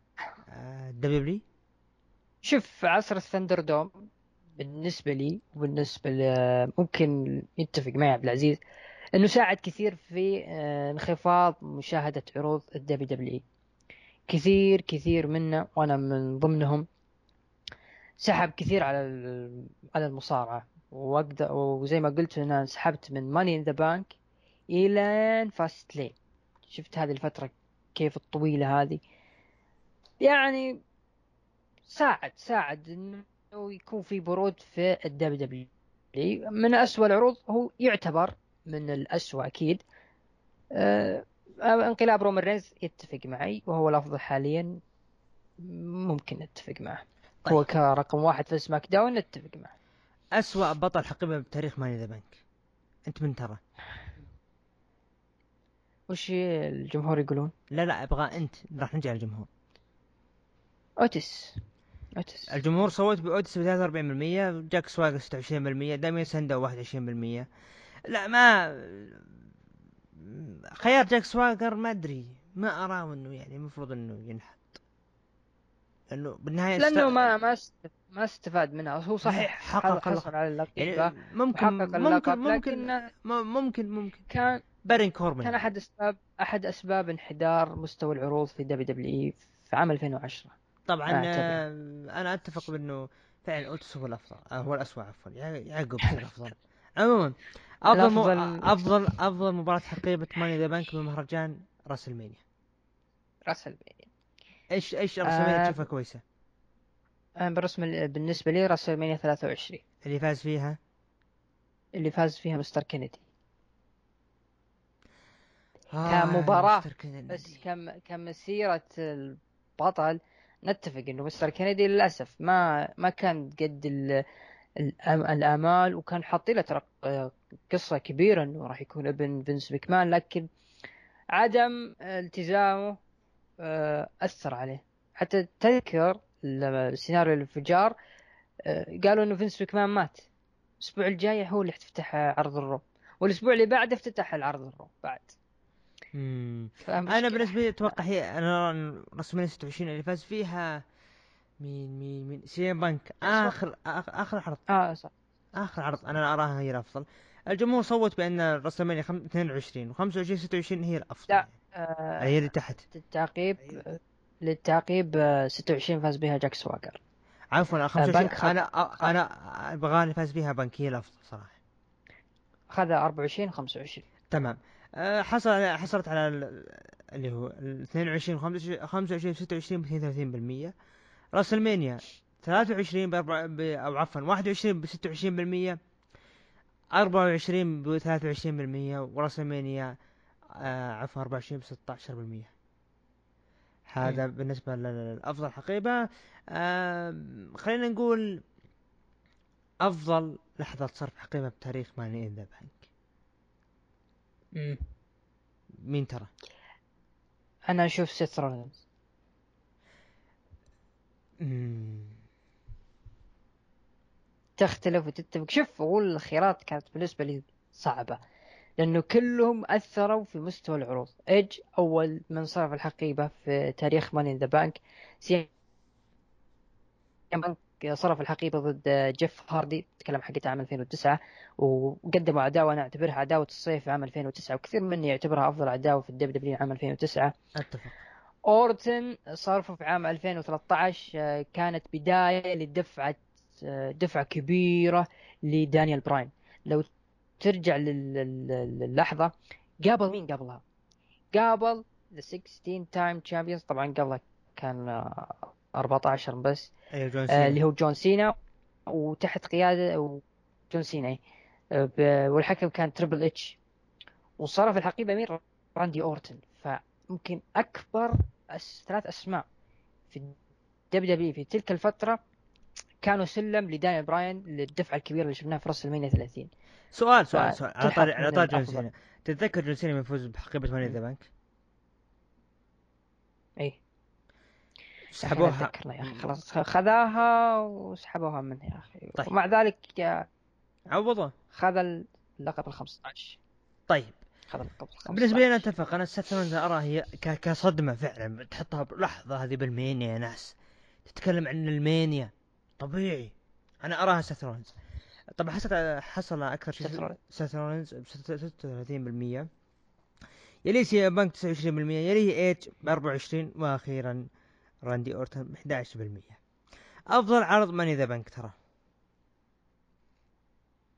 دبليو. شوف عصر الثندر دوم بالنسبة لي وبالنسبة ل- ممكن يتفق معي عبد العزيز انه ساعد كثير في آه، انخفاض مشاهدة عروض الدبليو دبليو اي. كثير كثير منا وانا من ضمنهم سحب كثير على ال- على المصارعة. واقدر، وزي ما قلت انا سحبت من ماني ان ذا بانك الى فاست لين. شفت هذه الفترة كيف الطويلة هذه، يعني ساعد ساعد انه يكون في برود في الدبليو دبليو اي. من أسوأ العروض، هو يعتبر من الأسوأ اكيد. آه، انقلاب رومان رينز يتفق معي وهو الافضل حاليا، ممكن نتفق معه. طيب، هو كرقم واحد في سماك داون نتفق معه. أسوأ بطل حقيبة بتاريخ ماني ذا بانك، أنت من ترى؟ وش الجمهور يقولون؟ لا لا، أبغى أنت، راح نجي على الجمهور. اوتس. اوتس. الجمهور صوت بأوتس ب ثلاثة وأربعين بالمية، جاك سواغر ستة وعشرين بالمية، دامين ساندو واحد وعشرين بالمية. لا، ما خيار جاك سواغر ما أدري، ما أراه إنه يعني المفروض إنه ينحط، لأنه بالنهاية است... لانه ما ما است- ما استفاد منها. هو لا، صحيح ح- حقق حصل اللقب. على يعني اللقب ممكن وحقق ممكن اللقب، ممكن لكن ممكن ممكن كان بارين كوربن كان يعني. احد اسباب احد اسباب انحدار مستوى العروض في دبليو دبليو اي في عام ألفين وعشرة. طبعا اعتبره آه، انا اتفق بانه فعلا اوتس هو الافضل، آه، هو الاسوأ عفوا، يع- يعقوب يصير افضل. عموما، افضل مو... الافضل. افضل افضل مباراة حقيبة ماني ذا بانك بمهرجان راس المانيا. راسل. ايش ايش راس المانيا آه تشوفها كويسة؟ أنا بالرسم بالنسبة لي راسل مانيا ثلاثة وعشرين اللي فاز فيها؟ اللي فاز فيها مستر كينيدي آه كمباراة. مستر كندي. بس كم كمسيرة البطل، نتفق انه مستر كينيدي للاسف ما ما كان قد ال- الأم- الامال، وكان حاطين له ترى آه، قصة كبيرة انه راح يكون ابن فينس مكمان، لكن عدم التزامه آه، اثر عليه. حتى تذكر لما سيناريو الانفجار، آه، قالوا انه فينس مكمان مات. الاسبوع الجاي هو اللي افتتح عرض الرو، والاسبوع اللي بعده افتتح العرض الرو بعد. مم. انا فمشكلة. بالنسبة لي اتوقع هي انا راس المانيا ستة وعشرين اللي فاز فيها مين مين مين سي ام بانك، اسمع. اخر اخر, آخر عرض. اه صح. اخر عرض انا اراها هي الافضل. الجمهور صوت بان راسلمانيا خم... اثنين وعشرين و25 ستة وعشرين هي الافضل لا، يعني. هي اللي آه تحت. للتعقيب للتعقيب آه ستة وعشرين فاز بها جاك سواجر. عفوا آه خمسة وعشرين، بنك خذ انا خ- انا ابغى اللي فاز فيها بنك هي الافضل صراحه. خذ أربعة وعشرين خمسة وعشرين. تمام. أه حصل حصلت على ال- اللي هو ال اثنين وعشرين خمسة وعشرين ستة وعشرين ب اثنين وثلاثين بالمية. راس المانيا ثلاثة وعشرين بأربعة ب... او عفوا واحد وعشرين ب ستة وعشرين بالمية، أربعة وعشرين ب ثلاثة وعشرين بالمية، وراس المانيا آه عفوا أربعة وعشرين ب ستة عشر بالمية. مم. هذا بالنسبة للأفضل حقيبة. آه خلينا نقول أفضل لحظة صرف حقيبة بتاريخ ماني إن ذا بانك، مم. مين ترى؟ انا اشوف سيث رولينز. مم. تختلف وتتفق. شوف، اقول الخيارات كانت بالنسبة لي صعبة، لأنه كلهم أثروا في مستوى العروض. إيج أول من صرف الحقيبة في تاريخ ماني إن ذا بانك. سي بانك صرف الحقيبة ضد جيف هاردي، تكلم حقت عام ألفين وتسعة، وقدموا عداوة أنا أعتبرها عداوة الصيف عام ألفين وتسعة، وكثير مني يعتبرها أفضل عداوة في الدبليو دبليو عام ألفين وتسعة. أتفق. أورتن صرفه في عام ألفين وثلاثة عشر، آه، كانت بداية لدفعة آه، دفعة كبيرة لدانيال براين. لو ترجع لل- لل- للحظة، قابل مين قبلها؟ قابل ذا ستة عشر تايم تشامبيونز. طبعا قبلها كان آه، أربعة عشر بس، أيوة، جون آه، سينا. اللي هو جون سينا، وتحت قيادة جون سينا إيه. آه، ب- والحكم كان تريبل اتش. وصرف الحقيبة مين؟ راندي أورتن. فممكن أكبر أس... ثلاث أسماء في دبليو دبليو في تلك الفترة كانوا سلم لدانيال براين للدفعة الكبيرة اللي شفناها في راس المينيا ثلاثين. سؤال سؤال سؤال على طاري فتلحق على من طاري جون الأفضل. سينا. تتذكر جون سينا من يفوز بحقيبة ماني م. ذا بانك؟ ايه يا اخي لا سحبوها. اتذكرنا يا اخي، م- خلاص خذاها وسحبوها منه يا اخي، طيب، ومع ذلك يا- عوضه. خذ اللقب ال خمسة عشر. طيب، خذ اللقب ال بالنسبة لي أنا خمسة عشر. أتفق. أنا سيث رولينز أراه هي ك... كصدمة فعلا تحطها بلحظة هذه بالمانيا يا ناس، تتكلم عن المانيا طبيعي. أنا أراها سيث رولينز. طبعا حصل حصل أكثر شيء سترون. سيث رولينز ب ستة وثلاثين بالمية، يليه سي بانك تسعة وعشرين بالمية، يليه ايج ب أربعة وعشرين، وأخيرا راندي أورتون ب أحد عشر بالمية. أفضل عرض ماني ذا بانك ترى.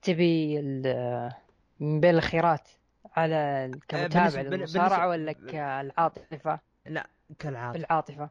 تبي ال- من بين الخيارات على كمتابع بالنسبة للمصارعة بالنسبة ولا كالعاطفة؟ لا كالعاطفة. بالعاطفة.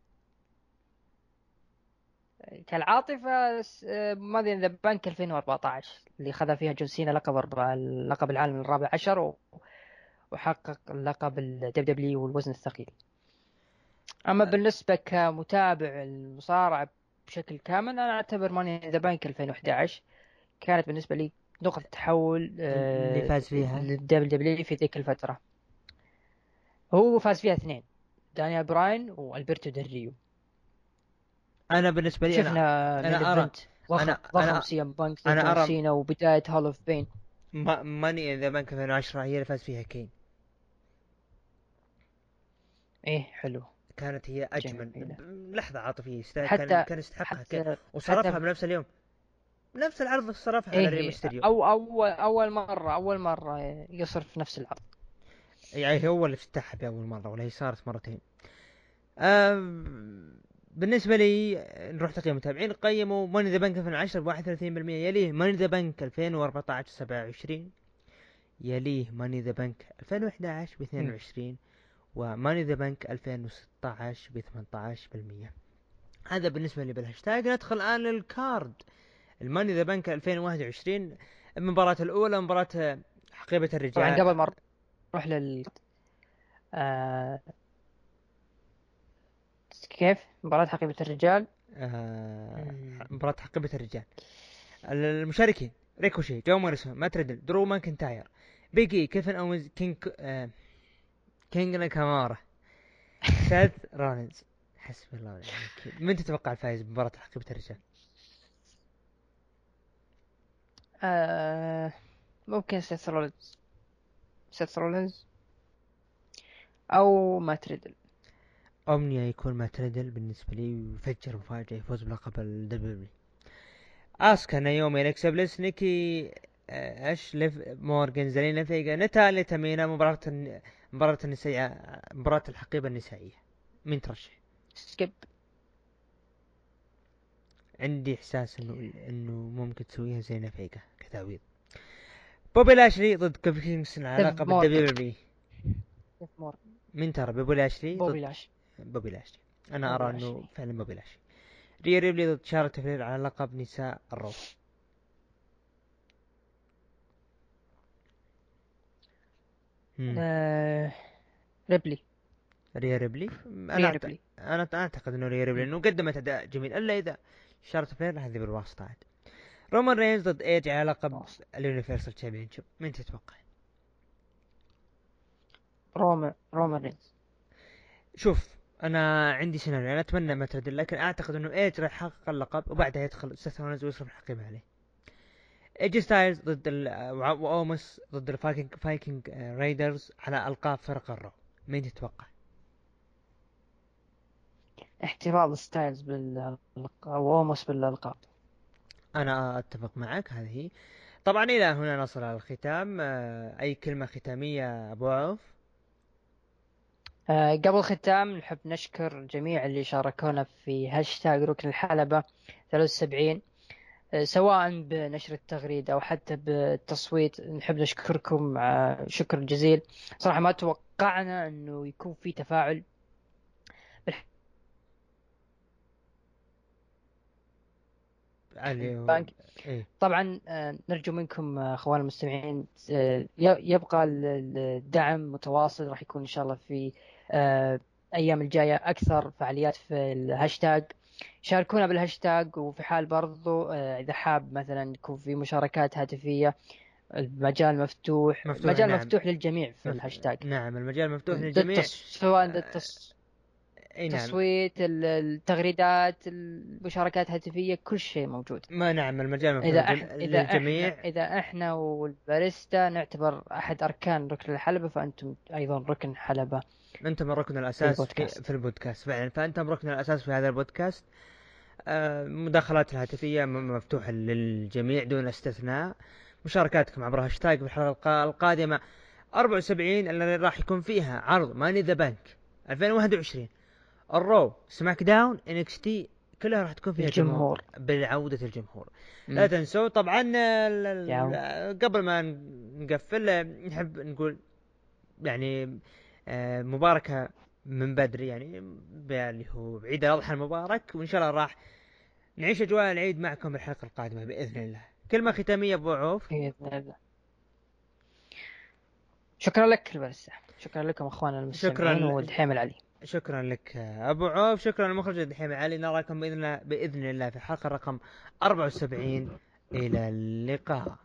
كالعاطفة س- ماذي إن ذا بانك ألفين وأربعتاشر اللي خذ فيها جون سينا لقب الر- اللقب العالمي الرابع عشر و- وحقق اللقب الدب دبليو والوزن الثقيل. أما بالنسبة كمتابع المصارعة بشكل كامل، أنا أعتبر ماني ذا بانك ألفين وأحد عشر كانت بالنسبة لي نقطة تحول اللي فاز فيها للدبليو دبليو في ذيك الفترة. هو فاز فيها اثنين، دانيال براين والبرتو دريو. انا بالنسبة لي انا شفنا مين انا ارى ايفنت ضخم انا ضخم انا سي ام بانك ضد انا جون ارى سينا وبداية هول اوف بين. ما- ماني ذا بانك ألفين وعشرة هي اللي فاز فيها كين. ايه حلو. كانت هي اجمل جميلة. لحظة عاطفية، يست- كان حتى كان يستحقها كين، حتى وصرفها حتى بنفس اليوم، نفس العرض صرفها على ايه ري إيه. ميستيريو. او اول اول مرة اول مرة يصرف نفس العرض. يعني هو اللي افتتحها بأول مرة، ولا هي صارت مرتين. أم بالنسبة لي نروح تقييم المتابعين. قيموا ماني ذا بانك ألفين وعشرة ب واحد وثلاثين بالمئة، يليه ماني ذا بانك ألفين وأربعتاشر سبعة وعشرين، يليه ماني ذا بانك ألفين وأحد عشر ب اثنين وعشرين، وماني ذا بانك ألفين وستة عشر ب ثمانية عشر بالمئة. هذا بالنسبة لي بالهاشتاج. ندخل الآن للكارد. الماني ذا بانك ألفين وواحد وعشرين، المباراة الأولى مباراة حقيبة طبعا الرجال. قبل ما نروح لل آه... كيف مباراة حقيبة الرجال؟ آه... مم. مباراة حقيبة الرجال، المشاركين ريكوشي، جو مارسون، مات ريدل، درو ماكنتاير، بيجي، كيفن أومز، كينج آه... كينج ناكامارا، سيث رولينز. حسبي الله ونعم الوكيل. من تتوقع الفائز بمباراة حقيبة الرجال؟ آه... ممكن سيث رولينز. سيث رولينز او مات ريدل. أمنية يكون مات ريدل بالنسبة لي، ويفجر مفاجأة يفوز بلقب الدبليو. اسكا، نايومي، الكسا بليس، نيكي آه، اش ليف مورغان، زالينا فيجا، ناتاليا، تامينا. مباراة الن- مباراة النسائية، مباراة الحقيبة النسائية، مين ترشح؟ سكيب. عندي احساس انه انه ممكن تسويها زينا فيجا كتعويض. بوبي لاشلي ضد كوفي كينغستون على سيف لقب مورغان. الدبليو. سيف مورغان. مين ترى؟ بوبي لاشلي ضد بوبي لاش. بوبي لاشلي. انا بوبي ارى لاشلي. انه فعلا بوبي لاشلي. ريا ريبلي ضد شارلوت فلير على لقب نساء الرو. مم. آه... ريبلي. ريا ريبلي. ريا انا أعت... ريبلي. انا اعتقد انه ريا ريبلي مم. انه قدمت اداء جميل، الا اذا شارلوت فلير هذه بالواسطة عاد. رومان رينز ضد ايج على لقب خلاص. اليونيفرسال تشامبيونشيب، مين تتوقع؟ روما روما رينز. شوف انا عندي سيناريو، انا اتمنى ما تردل، لكن اعتقد انه ايج راح يحقق اللقب وبعدها يدخل سيث رولينز ويصرف الحقيبة عليه. ايجي ستايلز ضد ال واومس ضد الفايكنج فايكنج رايدرز على القاب فرق الرو، مين تتوقع؟ احتفاظ ستايلز باللقب وأوموس بالألقاب. انا اتفق معك، هذه هي. طبعا الى هنا نصل على الختام. آه، اي كلمة ختامية ابو عوف؟ آه، قبل ختام نحب نشكر جميع اللي شاركونا في هاشتاج ركن الحلبة ثلاثة وسبعين، آه، سواء بنشر التغريدة أو حتى بالتصويت. نحب نشكركم آه، شكر جزيل. صراحة ما توقعنا أنه يكون في تفاعل اللي هو بالبنك. ايه. طبعا آه، نرجو منكم آه، اخوان المستمعين آه، ي- يبقى ال- الدعم متواصل. راح يكون ان شاء الله في آه، ايام الجايه اكثر فعاليات في الهاشتاج. شاركونا بالهاشتاج، وفي حال برضو آه، اذا حاب مثلا يكون في مشاركات هاتفية، المجال مفتوح. مفتوح، المجال نعم. مفتوح للجميع في مف... الهاشتاج. نعم المجال مفتوح للجميع. للتص... سواء آه، للتص... اي نعم. التصويت، ال- التغريدات، المشاركات الهاتفية، كل شيء موجود. ما نعم المجال مفتوح إذا للجم... إحنا إذا إحنا للجميع. إذا إحنا والباريستا نعتبر أحد أركان ركن الحلبة، فأنتم أيضا ركن حلبة انتم الركن في الاساس في البودكاست. في البودكاست فعلا، فانتم ركن الاساس في هذا البودكاست. آه، مداخلات الهاتفية م- مفتوحة للجميع دون استثناء. مشاركاتكم عبر هاشتاج في الحلقة الق- القادمة أربعة وسبعين، اللي راح يكون فيها عرض ماني ذا بانك ألفين وواحد وعشرين، الرو، سماك داون، انكس تي، كلها راح تكون فيها الجمهور. جمهور بعودة الجمهور. مم. لا تنسوا طبعا ال- ياو. ال- قبل ما نقفل نحب نقول يعني آه، مباركة من بدري، يعني اللي هو عيد الأضحى المبارك، وإن شاء الله راح نعيش أجواء العيد معكم بالحلقة القادمة بإذن الله. كلمة ختامية أبو عوف. بإذن الله. شكرا لك البرسة، شكرا لكم أخوانا المستمعين شكرا ودحيم العلي. شكرا لك أبو عوف، شكرا للمخرج دحيم العلي. نراكم بإذن الله بإذن الله في الحلقة رقم أربعة وسبعين. إلى اللقاء.